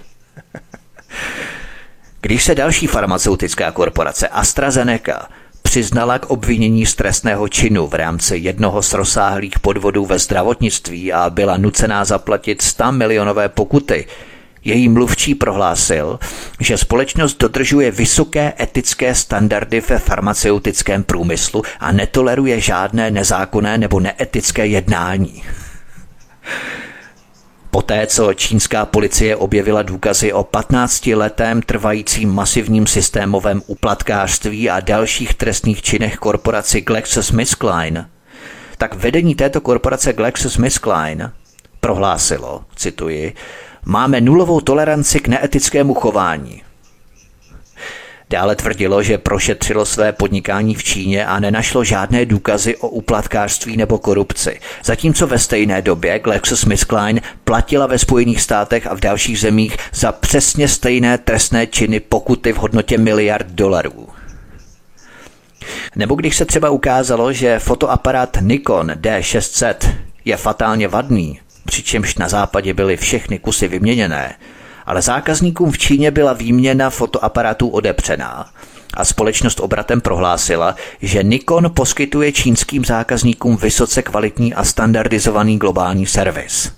Když se další farmaceutická korporace AstraZeneca přiznala k obvinění z trestného činu v rámci jednoho z rozsáhlých podvodů ve zdravotnictví a byla nucená zaplatit 100 milionové pokuty, její mluvčí prohlásil, že společnost dodržuje vysoké etické standardy ve farmaceutickém průmyslu a netoleruje žádné nezákonné nebo neetické jednání. Poté, co čínská policie objevila důkazy o 15letém trvajícím masivním systémovém úplatkářství a dalších trestných činech korporaci GlaxoSmithKline, tak vedení této korporace GlaxoSmithKline prohlásilo, cituji, máme nulovou toleranci k neetickému chování. Dále tvrdilo, že prošetřilo své podnikání v Číně a nenašlo žádné důkazy o úplatkářství nebo korupci, zatímco ve stejné době GlaxoSmithKline platila ve Spojených státech a v dalších zemích za přesně stejné trestné činy pokuty v hodnotě miliard dolarů. Nebo když se třeba ukázalo, že fotoaparát Nikon D600 je fatálně vadný, přičemž na západě byly všechny kusy vyměněné, ale zákazníkům v Číně byla výměna fotoaparátů odepřená a společnost obratem prohlásila, že Nikon poskytuje čínským zákazníkům vysoce kvalitní a standardizovaný globální servis.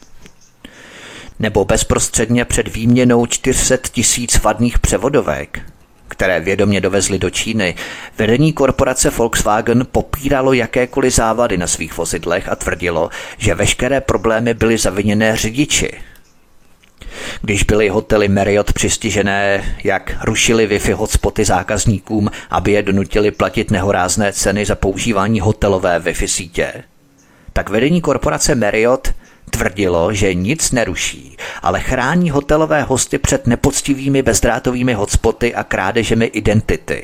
Nebo bezprostředně před výměnou 400 000 vadných převodovek, které vědomě dovezli do Číny, vedení korporace Volkswagen popíralo jakékoliv závady na svých vozidlech a tvrdilo, že veškeré problémy byly zaviněné řidiči. Když byly hotely Marriott přistižené, jak rušili Wi-Fi hotspoty zákazníkům, aby je donutili platit nehorázné ceny za používání hotelové Wi-Fi sítě, tak vedení korporace Marriott tvrdilo, že nic neruší, ale chrání hotelové hosty před nepoctivými bezdrátovými hotspoty a krádežemi identity.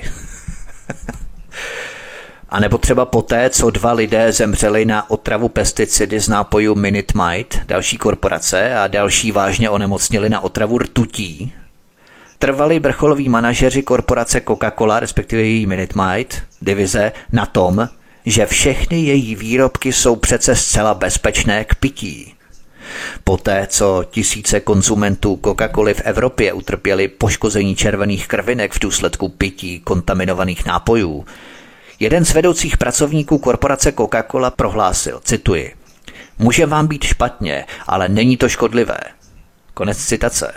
A nebo třeba poté, co 2 lidé zemřeli na otravu pesticidy z nápoju Minute Maid, další korporace, a další vážně onemocněli na otravu rtutí, trvali vrcholoví manažeři korporace Coca-Cola, respektive její Minute Maid, divize, na tom, že všechny její výrobky jsou přece zcela bezpečné k pití. Poté, co tisíce konzumentů Coca-Coly v Evropě utrpěli poškození červených krvinek v důsledku pití kontaminovaných nápojů, jeden z vedoucích pracovníků korporace Coca-Cola prohlásil, cituji, může vám být špatně, ale není to škodlivé. Konec citace.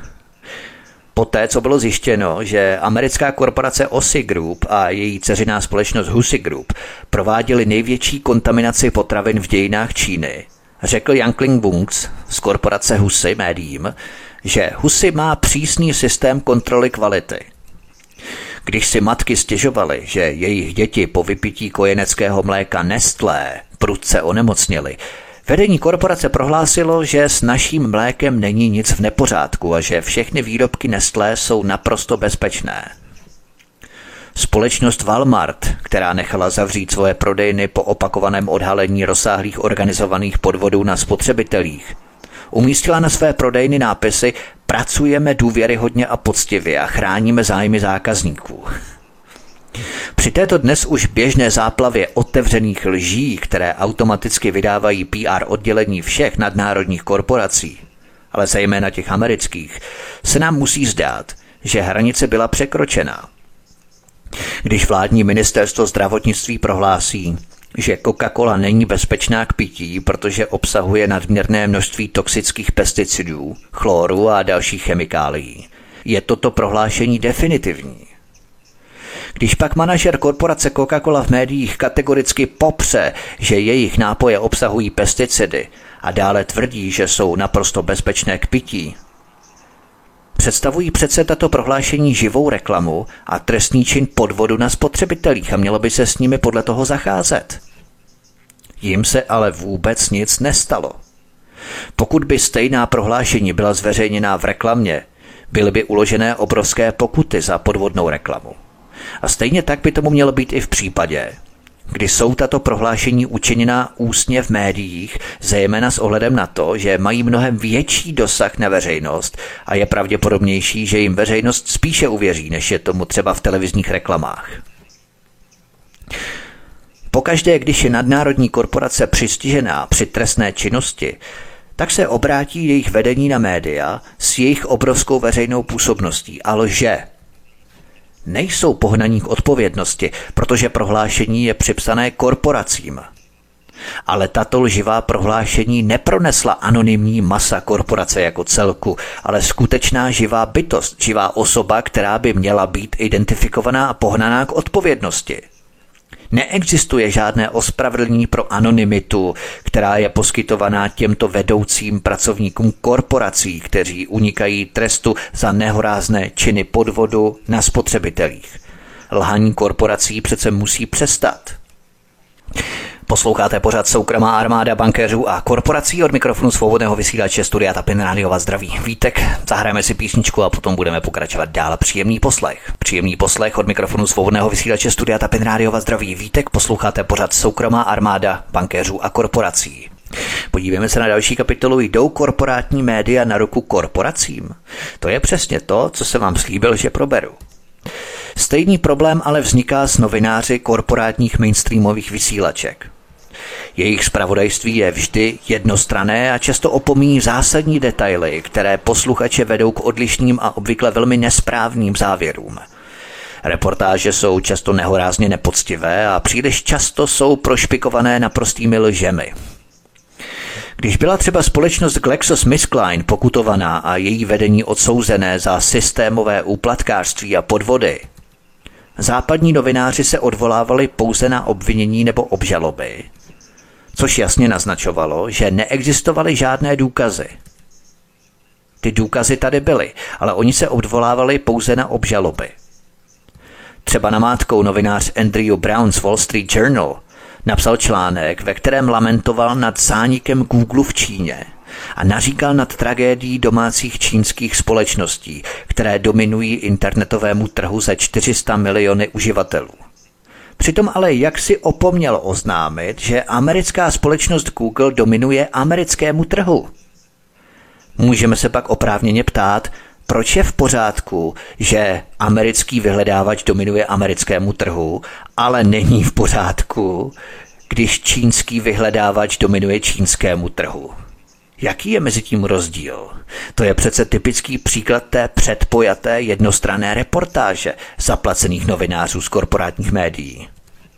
Poté, co bylo zjištěno, že americká korporace Osi Group a její dceřiná společnost Husi Group prováděly největší kontaminaci potravin v dějinách Číny, řekl Yang Bungs z korporace Husi médiím, že Husi má přísný systém kontroly kvality. Když si matky stěžovaly, že jejich děti po vypití kojeneckého mléka Nestlé prudce onemocněly, vedení korporace prohlásilo, že s naším mlékem není nic v nepořádku a že všechny výrobky Nestlé jsou naprosto bezpečné. Společnost Walmart, která nechala zavřít svoje prodejny po opakovaném odhalení rozsáhlých organizovaných podvodů na spotřebitelích, umístila na své prodejny nápisy pracujeme důvěryhodně a poctivě a chráníme zájmy zákazníků. Při této dnes už běžné záplavě otevřených lží, které automaticky vydávají PR oddělení všech nadnárodních korporací, ale zejména těch amerických, se nám musí zdát, že hranice byla překročena. Když vládní ministerstvo zdravotnictví prohlásí, že Coca-Cola není bezpečná k pití, protože obsahuje nadměrné množství toxických pesticidů, chloru a dalších chemikálií, je toto prohlášení definitivní. Když pak manažer korporace Coca-Cola v médiích kategoricky popře, že jejich nápoje obsahují pesticidy a dále tvrdí, že jsou naprosto bezpečné k pití, představují přece tato prohlášení živou reklamu a trestný čin podvodu na spotřebitelích a mělo by se s nimi podle toho zacházet. Jim se ale vůbec nic nestalo. Pokud by stejná prohlášení byla zveřejněná v reklamě, byly by uložené obrovské pokuty za podvodnou reklamu. A stejně tak by tomu mělo být i v případě, kdy jsou tato prohlášení učiněná ústně v médiích, zejména s ohledem na to, že mají mnohem větší dosah na veřejnost a je pravděpodobnější, že jim veřejnost spíše uvěří, než je tomu třeba v televizních reklamách. Pokaždé, když je nadnárodní korporace přistižená při trestné činnosti, tak se obrátí jejich vedení na média s jejich obrovskou veřejnou působností a lže. Nejsou pohnaní k odpovědnosti, protože prohlášení je připsané korporacím. Ale tato lživá prohlášení nepronesla anonymní masa korporace jako celku, ale skutečná živá bytost, živá osoba, která by měla být identifikovaná a pohnaná k odpovědnosti. Neexistuje žádné ospravedlnění pro anonymitu, která je poskytovaná těmto vedoucím pracovníkům korporací, kteří unikají trestu za nehorázné činy podvodu na spotřebitelích. Lhaní korporací přece musí přestat. Posloucháte pořad Soukromá armáda bankéřů a korporací. Od mikrofonu svobodného vysílače Studia Tapin Rádio vás zdraví Vítek. Zahrajeme si písničku a potom budeme pokračovat dál. Příjemný poslech. Příjemný poslech od mikrofonu svobodného vysílače Studia Tapin Rádio vás zdraví Vítek. Posloucháte pořad Soukromá armáda bankéřů a korporací. Podívejme se na další kapitolu. Jdou korporátní média na ruku korporacím? To je přesně to, co jsem vám slíbil, že proberu. Stejný problém ale vzniká s novináři korporátních mainstreamových vysílaček. Jejich zpravodajství je vždy jednostranné a často opomíjí zásadní detaily, které posluchače vedou k odlišným a obvykle velmi nesprávným závěrům. Reportáže jsou často nehorázně nepoctivé a příliš často jsou prošpikované naprostými lžemi. Když byla třeba společnost GlaxoSmithKline pokutovaná a její vedení odsouzené za systémové úplatkářství a podvody, západní novináři se odvolávali pouze na obvinění nebo obžaloby, což jasně naznačovalo, že neexistovaly žádné důkazy. Ty důkazy tady byly, ale oni se odvolávali pouze na obžaloby. Třeba namátkou novinář Andrew Brown z Wall Street Journal napsal článek, ve kterém lamentoval nad zánikem Google v Číně a naříkal nad tragédií domácích čínských společností, které dominují internetovému trhu ze 400 miliony uživatelů. Přitom ale jaksi opomněl oznámit, že americká společnost Google dominuje americkému trhu. Můžeme se pak oprávněně ptát, proč je v pořádku, že americký vyhledávač dominuje americkému trhu, ale není v pořádku, když čínský vyhledávač dominuje čínskému trhu. Jaký je mezi tím rozdíl? To je přece typický příklad té předpojaté jednostranné reportáže zaplacených novinářů z korporátních médií.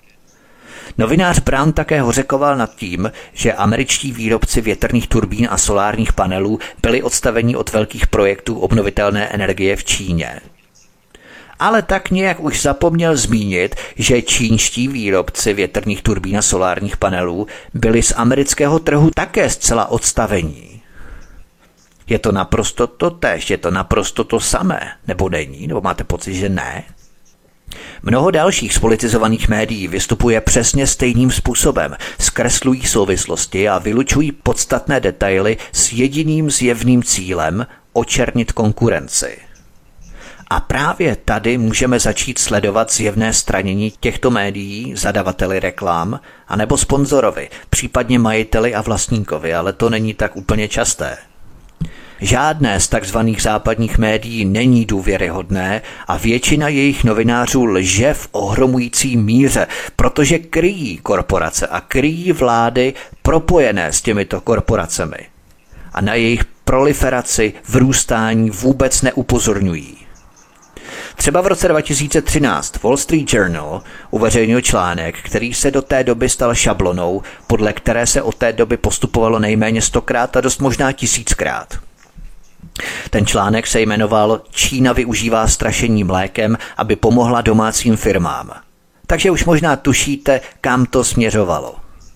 Novinář Brown také hořekoval nad tím, že američtí výrobci větrných turbín a solárních panelů byli odstaveni od velkých projektů obnovitelné energie v Číně. Ale tak nějak už zapomněl zmínit, že čínští výrobci větrných turbín a solárních panelů byli z amerického trhu také zcela odstavení. Je to naprosto totéž, je to naprosto to samé, nebo není, nebo máte pocit, že ne? Mnoho dalších spolitizovaných médií vystupuje přesně stejným způsobem, zkreslují souvislosti a vylučují podstatné detaily s jediným zjevným cílem očernit konkurenci. A právě tady můžeme začít sledovat zjevné stranění těchto médií, zadavateli reklam, anebo sponzorovi, případně majiteli a vlastníkovi, ale to není tak úplně časté. Žádné z takzvaných západních médií není důvěryhodné a většina jejich novinářů lže v ohromující míře, protože kryjí korporace a kryjí vlády propojené s těmito korporacemi. A na jejich proliferaci, vrůstání vůbec neupozorňují. Třeba v roce 2013 Wall Street Journal uveřejnil článek, který se do té doby stal šablonou, podle které se od té doby postupovalo nejméně 100krát a dost možná 1000krát. Ten článek se jmenoval Čína využívá strašení mlékem, aby pomohla domácím firmám. Takže už možná tušíte, kam to směřovalo.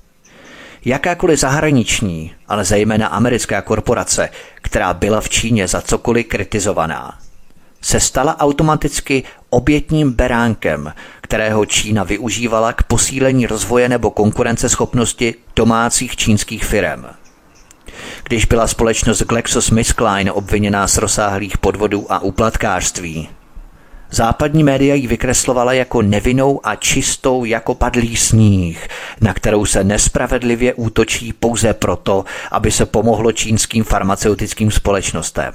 Jakákoliv zahraniční, ale zejména americká korporace, která byla v Číně za cokoliv kritizovaná, se stala automaticky obětním beránkem, kterého Čína využívala k posílení rozvoje nebo konkurenceschopnosti domácích čínských firem. Když byla společnost GlaxoSmithKline obviněná z rozsáhlých podvodů a úplatkářství, západní média ji vykreslovala jako nevinnou a čistou jako padlý sníh, na kterou se nespravedlivě útočí pouze proto, aby se pomohlo čínským farmaceutickým společnostem.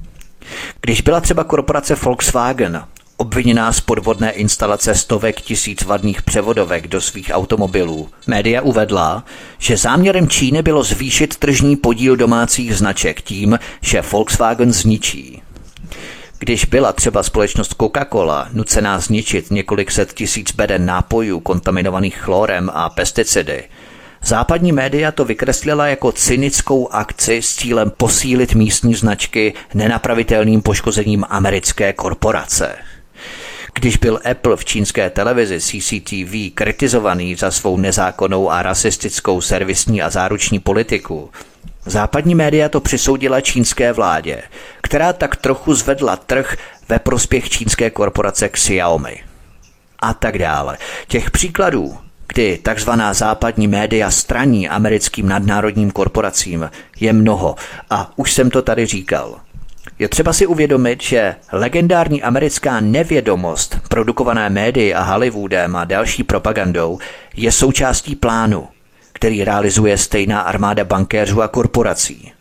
Když byla třeba korporace Volkswagen obviněná z podvodné instalace stovek tisíc vadných převodovek do svých automobilů, média uvedla, že záměrem Číny bylo zvýšit tržní podíl domácích značek tím, že Volkswagen zničí. Když byla třeba společnost Coca-Cola nucená zničit několik set tisíc beden nápojů kontaminovaných chlorem a pesticidy, západní média to vykreslila jako cynickou akci s cílem posílit místní značky nenapravitelným poškozením americké korporace. Když byl Apple v čínské televizi CCTV kritizovaný za svou nezákonnou a rasistickou servisní a záruční politiku, západní média to přisoudila čínské vládě, která tak trochu zvedla trh ve prospěch čínské korporace Xiaomi. A tak dále. Těch příkladů, kdy takzvaná západní média straní americkým nadnárodním korporacím, je mnoho a už jsem to tady říkal. Je třeba si uvědomit, že legendární americká nevědomost produkované médii a Hollywoodem a další propagandou je součástí plánu, který realizuje stejná armáda bankéřů a korporací.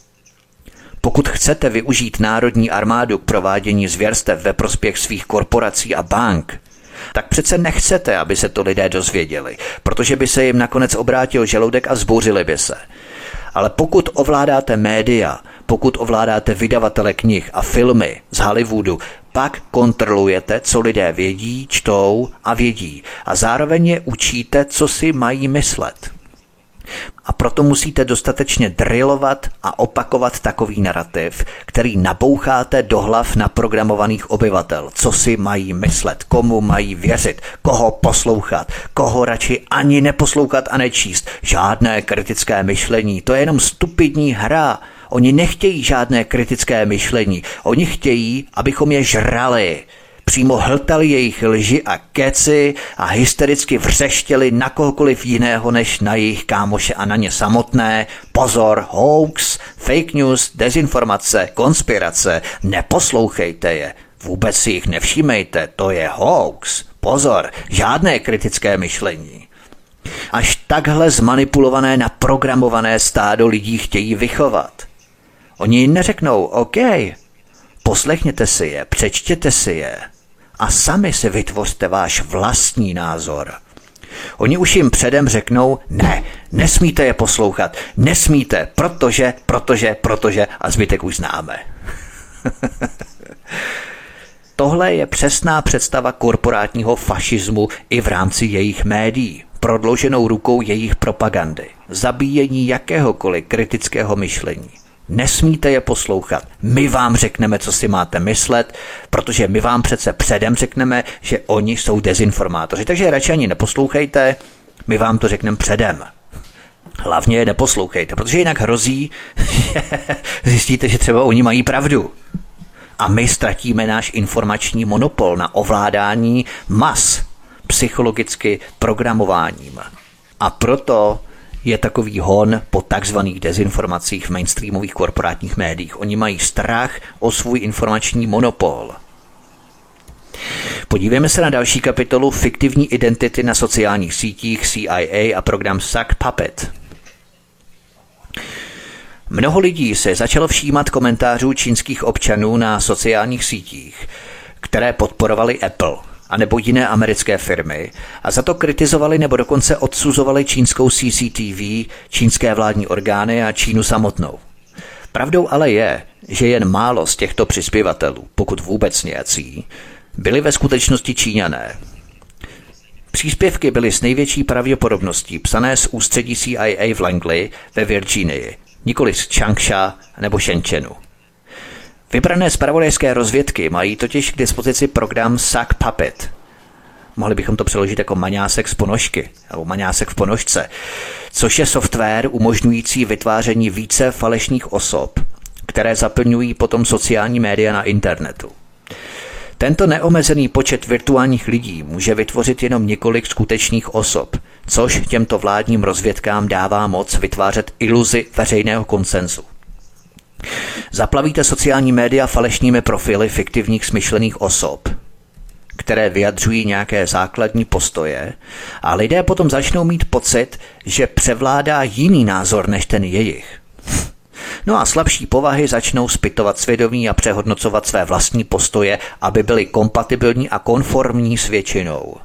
Pokud chcete využít národní armádu k provádění zvěrstev ve prospěch svých korporací a bank, tak přece nechcete, aby se to lidé dozvěděli, protože by se jim nakonec obrátil žaludek a zbouřili by se. Ale pokud ovládáte média, pokud ovládáte vydavatele knih a filmy z Hollywoodu, pak kontrolujete, co lidé vědí, čtou a vědí. A zároveň je učíte, co si mají myslet. A proto musíte dostatečně drillovat a opakovat takový narrativ, který naboucháte do hlav naprogramovaných obyvatel, co si mají myslet, komu mají věřit, koho poslouchat, koho radši ani neposlouchat a nečíst. Žádné kritické myšlení, to je jenom stupidní hra. Oni nechtějí žádné kritické myšlení, oni chtějí, abychom je žrali. Přímo hltali jejich lži a keci a hystericky vřeštěli na kohokoliv jiného než na jejich kámoše a na ně samotné. Pozor, hoax, fake news, dezinformace, konspirace, neposlouchejte je. Vůbec si jich nevšímejte, to je hoax. Pozor, žádné kritické myšlení. Až takhle zmanipulované, naprogramované stádo lidí chtějí vychovat. Oni jim neřeknou, OK, poslechněte si je, přečtěte si je a sami si vytvořte váš vlastní názor. Oni už jim předem řeknou, ne, nesmíte je poslouchat, nesmíte, protože a zbytek už známe. Tohle je přesná představa korporátního fašismu i v rámci jejich médií, prodlouženou rukou jejich propagandy, zabíjení jakéhokoliv kritického myšlení. Nesmíte je poslouchat. My vám řekneme, co si máte myslet, protože my vám přece předem řekneme, že oni jsou dezinformátoři. Takže radši ani neposlouchejte, my vám to řekneme předem. Hlavně je neposlouchejte, protože jinak hrozí, že zjistíte, že třeba oni mají pravdu. A my ztratíme náš informační monopol na ovládání mas psychologicky programováním. A proto je takový hon po takzvaných dezinformacích v mainstreamových korporátních médiích. Oni mají strach o svůj informační monopol. Podívejme se na další kapitolu fiktivní identity na sociálních sítích CIA a program Sock Puppet. Mnoho lidí se začalo všímat komentářů čínských občanů na sociálních sítích, které podporovali Apple anebo jiné americké firmy a za to kritizovali nebo dokonce odsuzovali čínskou CCTV, čínské vládní orgány a Čínu samotnou. Pravdou ale je, že jen málo z těchto přispěvatelů, pokud vůbec nějací, byli ve skutečnosti Číňané. Příspěvky byly s největší pravděpodobností psané z ústředí CIA v Langley ve Virginii, nikoli z Changsha nebo Shenzhenu. Vybrané zpravodajské rozvědky mají totiž k dispozici program Sock Puppet. Mohli bychom to přeložit jako maňásek z ponožky, nebo maňásek v ponožce, což je software umožňující vytváření více falešných osob, které zaplňují potom sociální média na internetu. Tento neomezený počet virtuálních lidí může vytvořit jenom několik skutečných osob, což těmto vládním rozvědkám dává moc vytvářet iluzi veřejného konsenzu. Zaplavíte sociální média falešnými profily fiktivních smyšlených osob, které vyjadřují nějaké základní postoje a lidé potom začnou mít pocit, že převládá jiný názor než ten jejich. No a slabší povahy začnou zpytovat svědomí a přehodnocovat své vlastní postoje, aby byly kompatibilní a konformní s většinou.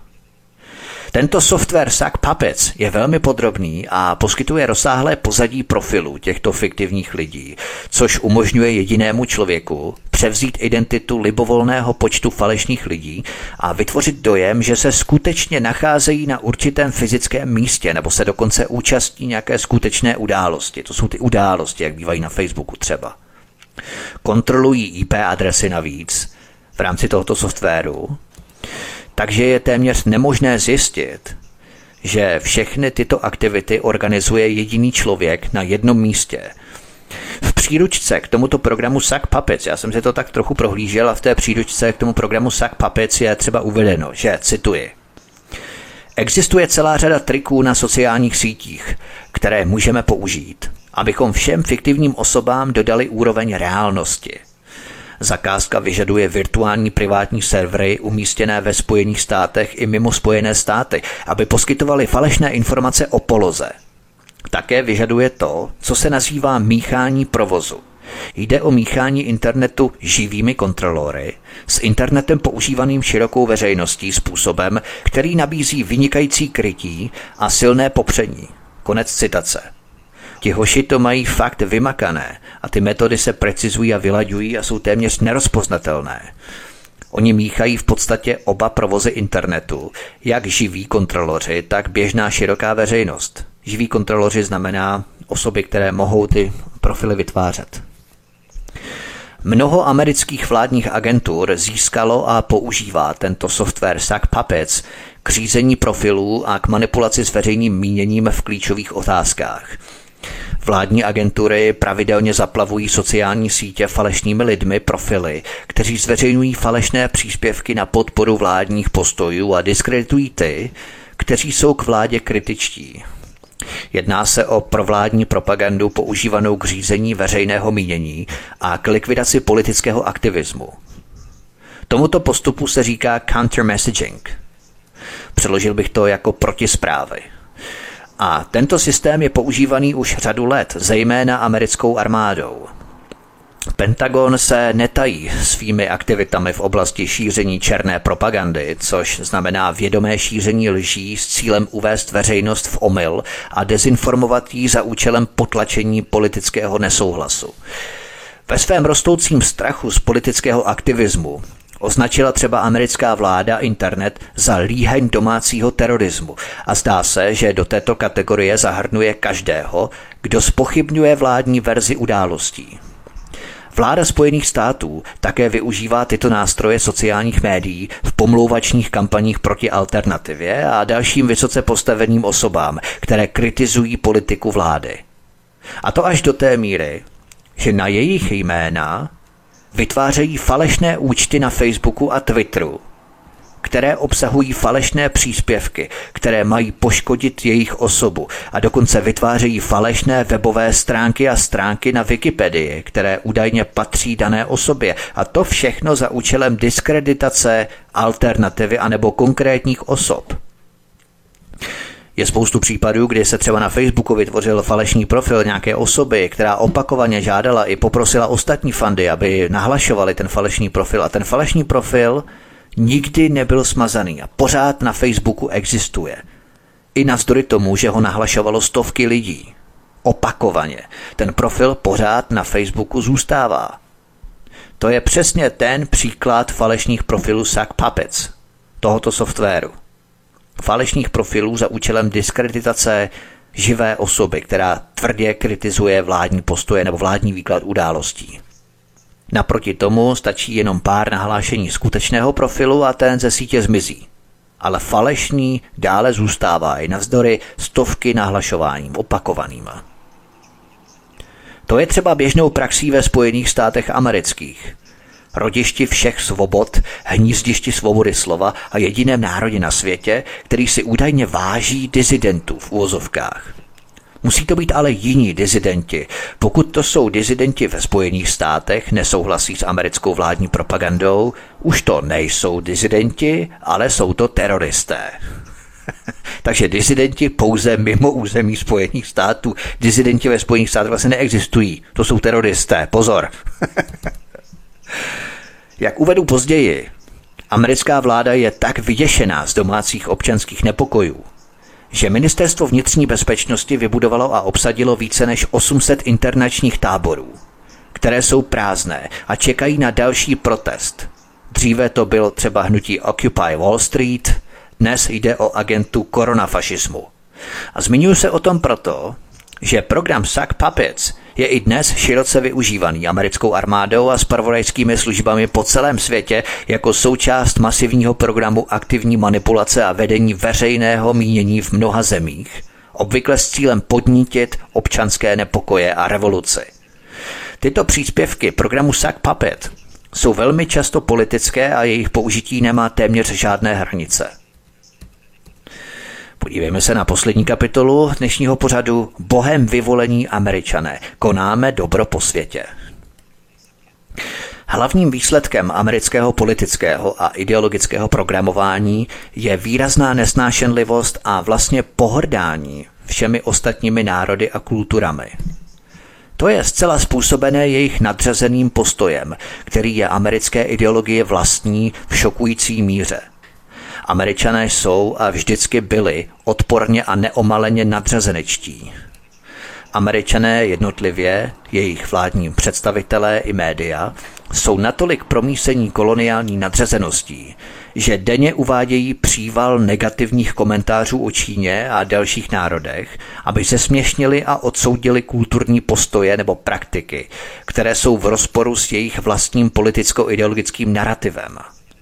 Tento software Sock Puppets je velmi podrobný a poskytuje rozsáhlé pozadí profilů těchto fiktivních lidí, což umožňuje jedinému člověku převzít identitu libovolného počtu falešných lidí a vytvořit dojem, že se skutečně nacházejí na určitém fyzickém místě nebo se dokonce účastní nějaké skutečné události. To jsou ty události, jak bývají na Facebooku třeba. Kontrolují IP adresy navíc v rámci tohoto softwaru, takže je téměř nemožné zjistit, že všechny tyto aktivity organizuje jediný člověk na jednom místě. V příručce k tomuto programu Sock Puppets, já jsem si to tak trochu prohlížel a v té příručce k tomu programu Sock Puppets je třeba uvedeno, že, cituji, existuje celá řada triků na sociálních sítích, které můžeme použít, abychom všem fiktivním osobám dodali úroveň reálnosti. Zakázka vyžaduje virtuální privátní servery umístěné ve Spojených státech i mimo Spojené státy, aby poskytovaly falešné informace o poloze. Také vyžaduje to, co se nazývá míchání provozu. Jde o míchání internetu živými kontrolory s internetem používaným širokou veřejností způsobem, který nabízí vynikající krytí a silné popření. Konec citace. Ti hoši to mají fakt vymakané a ty metody se precizují a vylaďují a jsou téměř nerozpoznatelné. Oni míchají v podstatě oba provozy internetu, jak živí kontroloři, tak běžná široká veřejnost. Živí kontroloři znamená osoby, které mohou ty profily vytvářet. Mnoho amerických vládních agentur získalo a používá tento software Sock Puppets k řízení profilů a k manipulaci s veřejným míněním v klíčových otázkách. Vládní agentury pravidelně zaplavují sociální sítě falešnými lidmi profily, kteří zveřejňují falešné příspěvky na podporu vládních postojů a diskreditují ty, kteří jsou k vládě kritičtí. Jedná se o provládní propagandu používanou k řízení veřejného mínění a k likvidaci politického aktivismu. Tomuto postupu se říká countermessaging. Přeložil bych to jako protisprávy. A tento systém je používaný už řadu let, zejména americkou armádou. Pentagon se netají svými aktivitami v oblasti šíření černé propagandy, což znamená vědomé šíření lží s cílem uvést veřejnost v omyl a dezinformovat ji za účelem potlačení politického nesouhlasu. Ve svém rostoucím strachu z politického aktivismu označila třeba americká vláda internet za líheň domácího terorismu a zdá se, že do této kategorie zahrnuje každého, kdo zpochybňuje vládní verzi událostí. Vláda Spojených států také využívá tyto nástroje sociálních médií v pomlouvačních kampaních proti alternativě a dalším vysoce postaveným osobám, které kritizují politiku vlády. A to až do té míry, že na jejich jména vytvářejí falešné účty na Facebooku a Twitteru, které obsahují falešné příspěvky, které mají poškodit jejich osobu a dokonce vytvářejí falešné webové stránky a stránky na Wikipedii, které údajně patří dané osobě. A to všechno za účelem diskreditace alternativy anebo konkrétních osob. Je spoustu případů, kdy se třeba na Facebooku vytvořil falešný profil nějaké osoby, která opakovaně žádala i poprosila ostatní fandy, aby nahlašovali ten falešný profil a ten falešný profil nikdy nebyl smazaný a pořád na Facebooku existuje. I navzdory tomu, že ho nahlašovalo stovky lidí. Opakovaně. Ten profil pořád na Facebooku zůstává. To je přesně ten příklad falešných profilů Sock Puppets, tohoto softwaru. Falešných profilů za účelem diskreditace živé osoby, která tvrdě kritizuje vládní postoje nebo vládní výklad událostí. Naproti tomu stačí jenom pár nahlášení skutečného profilu a ten ze sítě zmizí. Ale falešný dále zůstává i navzdory stovky nahlašováním opakovaným. To je třeba běžnou praxí ve Spojených státech amerických. Rodišti všech svobod, hnízdišti svobody slova a jediném národě na světě, který si údajně váží disidentů v uvozovkách. Musí to být ale jiní disidenti. Pokud to jsou disidenti ve Spojených státech, nesouhlasí s americkou vládní propagandou, už to nejsou disidenti, ale jsou to teroristé. Takže disidenti pouze mimo území Spojených států. Disidenti ve Spojených státech vlastně neexistují. To jsou teroristé. Pozor. Jak uvedu později, americká vláda je tak vyděšená z domácích občanských nepokojů, že Ministerstvo vnitřní bezpečnosti vybudovalo a obsadilo více než 800 internačních táborů, které jsou prázdné a čekají na další protest. Dříve to bylo třeba hnutí Occupy Wall Street, dnes jde o agentu koronafašismu. A zmiňuji se o tom proto, že program Sock Puppets je i dnes široce využívaný americkou armádou a zpravodajskými službami po celém světě jako součást masivního programu aktivní manipulace a vedení veřejného mínění v mnoha zemích, obvykle s cílem podnítit občanské nepokoje a revoluci. Tyto příspěvky programu Sock Puppet jsou velmi často politické a jejich použití nemá téměř žádné hranice. Podívejme se na poslední kapitolu dnešního pořadu Bohem vyvolení Američané. Konáme dobro po světě. Hlavním výsledkem amerického politického a ideologického programování je výrazná nesnášenlivost a vlastně pohrdání všemi ostatními národy a kulturami. To je zcela způsobené jejich nadřazeným postojem, který je americké ideologie vlastní v šokující míře. Američané jsou a vždycky byli odporně a neomaleně nadřazenečtí. Američané jednotlivě, jejich vládní představitelé i média, jsou natolik promísení koloniální nadřazeností, že denně uvádějí příval negativních komentářů o Číně a dalších národech, aby se směšnili a odsoudili kulturní postoje nebo praktiky, které jsou v rozporu s jejich vlastním politicko-ideologickým narativem.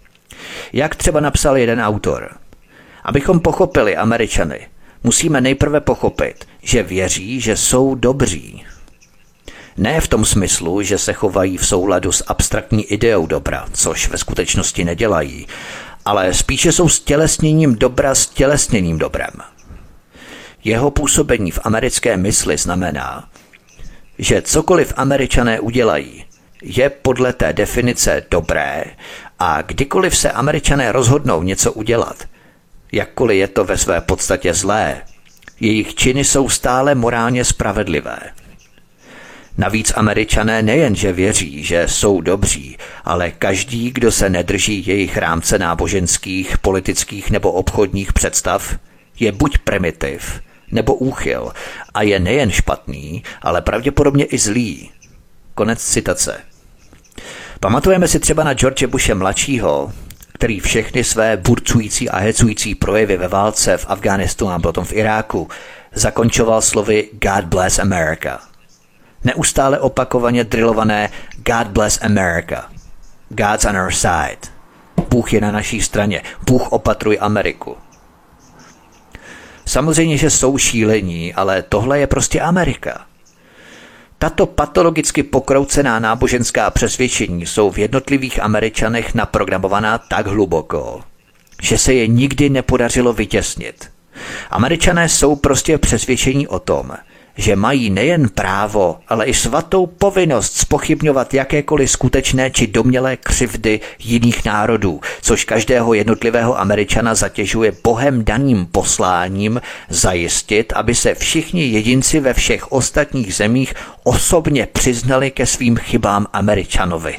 Jak třeba napsal jeden autor, abychom pochopili Američany, musíme nejprve pochopit, že věří, že jsou dobří. Ne v tom smyslu, že se chovají v souladu s abstraktní ideou dobra, což ve skutečnosti nedělají, ale spíše jsou stělesněním dobra stělesněným dobrem. Jeho působení v americké mysli znamená, že cokoliv Američané udělají, je podle té definice dobré a kdykoliv se Američané rozhodnou něco udělat, jakkoliv je to ve své podstatě zlé, jejich činy jsou stále morálně spravedlivé. Navíc Američané nejenže věří, že jsou dobří, ale každý, kdo se nedrží jejich rámce náboženských, politických nebo obchodních představ, je buď primitiv, nebo úchyl a je nejen špatný, ale pravděpodobně i zlý. Konec citace. Pamatujeme si třeba na George Bushe mladšího, který všechny své burcující a hecující projevy ve válce v Afghánistánu a potom v Iráku zakončoval slovy God bless America. Neustále opakovaně drillované God bless America. God's on our side. Bůh je na naší straně. Bůh opatruj Ameriku. Samozřejmě, že jsou šílení, ale tohle je prostě Amerika. Tato patologicky pokroucená náboženská přesvědčení jsou v jednotlivých Američanech naprogramovaná tak hluboko, že se je nikdy nepodařilo vytěsnit. Američané jsou prostě přesvědčení o tom, že mají nejen právo, ale i svatou povinnost zpochybňovat jakékoliv skutečné či domnělé křivdy jiných národů, což každého jednotlivého Američana zatěžuje Bohem daným posláním zajistit, aby se všichni jedinci ve všech ostatních zemích osobně přiznali ke svým chybám Američanovi.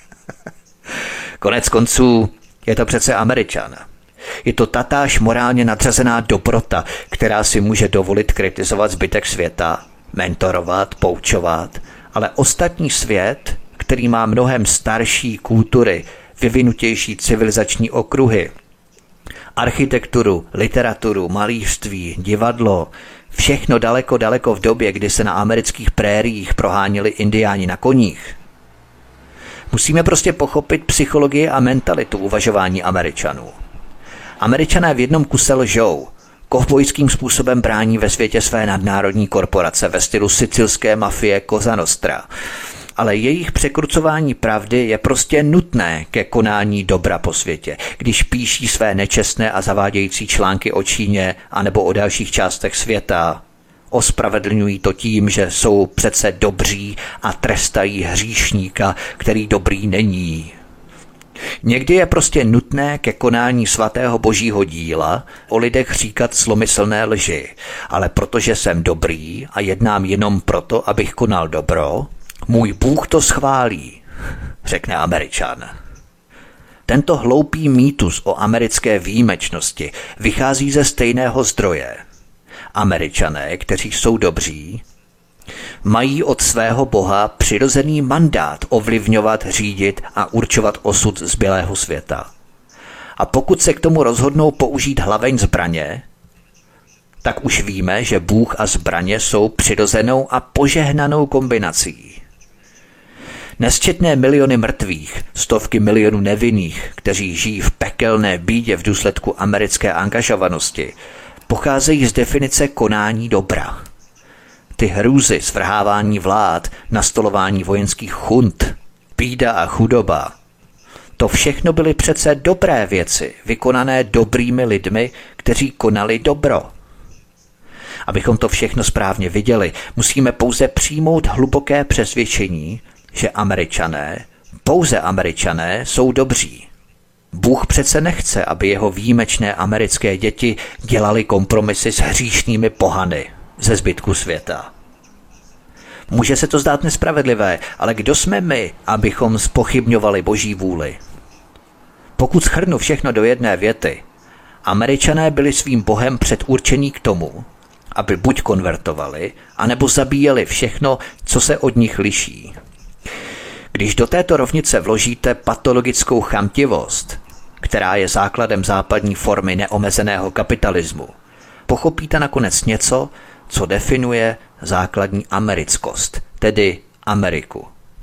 Konec konců je to přece Američan. Je to tatáž morálně nadřazená dobrota, která si může dovolit kritizovat zbytek světa, mentorovat, poučovat, ale ostatní svět, který má mnohem starší kultury, vyvinutější civilizační okruhy, architekturu, literaturu, malířství, divadlo, všechno daleko, daleko v době, kdy se na amerických prériích proháněli indiáni na koních. Musíme prostě pochopit psychologii a mentalitu uvažování Američanů. Američané v jednom kuse lžou, kovbojským způsobem brání ve světě své nadnárodní korporace ve stylu sicilské mafie Cosa Nostra. Ale jejich překrucování pravdy je prostě nutné ke konání dobra po světě, když píší své nečestné a zavádějící články o Číně anebo o dalších částech světa. Ospravedlňují to tím, že jsou přece dobří a trestají hříšníka, který dobrý není. Někdy je prostě nutné ke konání svatého božího díla o lidech říkat zlomyslné lži, ale protože jsem dobrý a jednám jenom proto, abych konal dobro, můj Bůh to schválí, řekne Američan. Tento hloupý mýtus o americké výjimečnosti vychází ze stejného zdroje. Američané, kteří jsou dobří, mají od svého Boha přirozený mandát ovlivňovat, řídit a určovat osud zbylého světa. A pokud se k tomu rozhodnou použít hlaveň zbraně, tak už víme, že Bůh a zbraně jsou přirozenou a požehnanou kombinací. Nesčetné miliony mrtvých, stovky milionů nevinných, kteří žijí v pekelné bídě v důsledku americké angažovanosti, pocházejí z definice konání dobra. Ty hrůzy, svrhávání vlád, nastolování vojenských chunt, bída a chudoba, to všechno byly přece dobré věci, vykonané dobrými lidmi, kteří konali dobro. Abychom to všechno správně viděli, musíme pouze přijmout hluboké přesvědčení, že Američané, pouze Američané, jsou dobří. Bůh přece nechce, aby jeho výjimečné americké děti dělali kompromisy s hříšnými pohany ze zbytku světa. Může se to zdát nespravedlivé, ale kdo jsme my, abychom zpochybňovali boží vůli? Pokud shrnu všechno do jedné věty, Američané byli svým Bohem předurčení k tomu, aby buď konvertovali, anebo zabíjeli všechno, co se od nich liší. Když do této rovnice vložíte patologickou chamtivost, která je základem západní formy neomezeného kapitalismu, pochopíte nakonec něco, co definuje základní americkost, tedy Ameriku.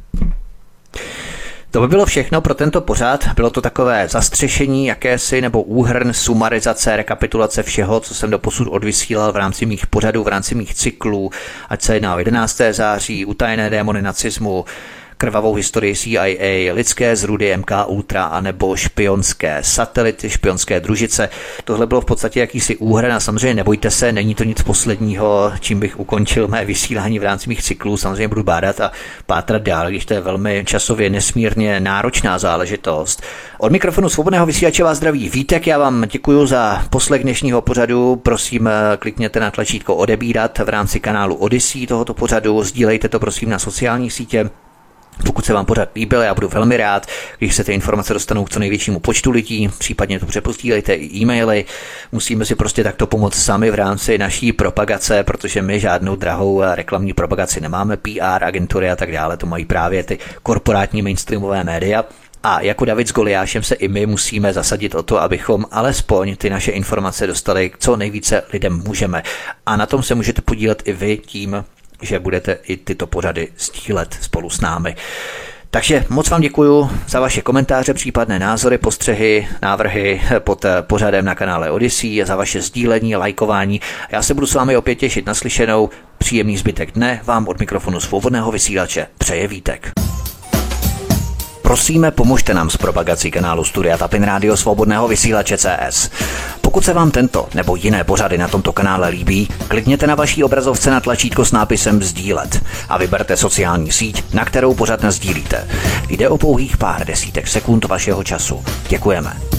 To by bylo všechno pro tento pořad. Bylo to takové zastřešení jakési nebo úhrn, sumarizace, rekapitulace všeho, co jsem doposud odvysílal v rámci mých pořadů, v rámci mých cyklů, ať se jedná o 11. září, utajené démony nacismu, krvavou historii CIA, lidské zrůdy MK Ultra anebo špionské satelity, špionské družice. Tohle bylo v podstatě jakýsi úhrn a samozřejmě nebojte se, není to nic posledního, čím bych ukončil mé vysílání v rámci mých cyklů. Samozřejmě budu bádat a pátrat dál, když to je velmi časově nesmírně náročná záležitost. Od mikrofonu Svobodného vysílače vás zdraví Vítek, já vám děkuji za poslech dnešního pořadu. Prosím, klikněte na tlačítko odebírat v rámci kanálu Odyssey tohoto pořadu, sdílejte to prosím na sociální sítě. Pokud se vám pořad líbil, já budu velmi rád, když se ty informace dostanou k co největšímu počtu lidí, případně to přeposílejte i e-maily. Musíme si prostě takto pomoct sami v rámci naší propagace, protože my žádnou drahou reklamní propagaci nemáme, PR, agentury a tak dále, to mají právě ty korporátní mainstreamové média. A jako David s Goliášem se i my musíme zasadit o to, abychom alespoň ty naše informace dostali k co nejvíce lidem můžeme. A na tom se můžete podílet i vy tím, že budete i tyto pořady sdílet spolu s námi. Takže moc vám děkuju za vaše komentáře, případné názory, postřehy, návrhy pod pořadem na kanále Odyssey, za vaše sdílení, lajkování. Já se budu s vámi opět těšit na slyšenou. Příjemný zbytek dne vám od mikrofonu Svobodného vysílače přeje Vítek. Prosíme, pomožte nám s propagací kanálu Studia Tapin Rádio Svobodného vysílače CS. Pokud se vám tento nebo jiné pořady na tomto kanále líbí, klikněte na vaší obrazovce na tlačítko s nápisem sdílet a vyberte sociální síť, na kterou pořad nasdílíte. Jde o pouhých pár desítek sekund vašeho času. Děkujeme.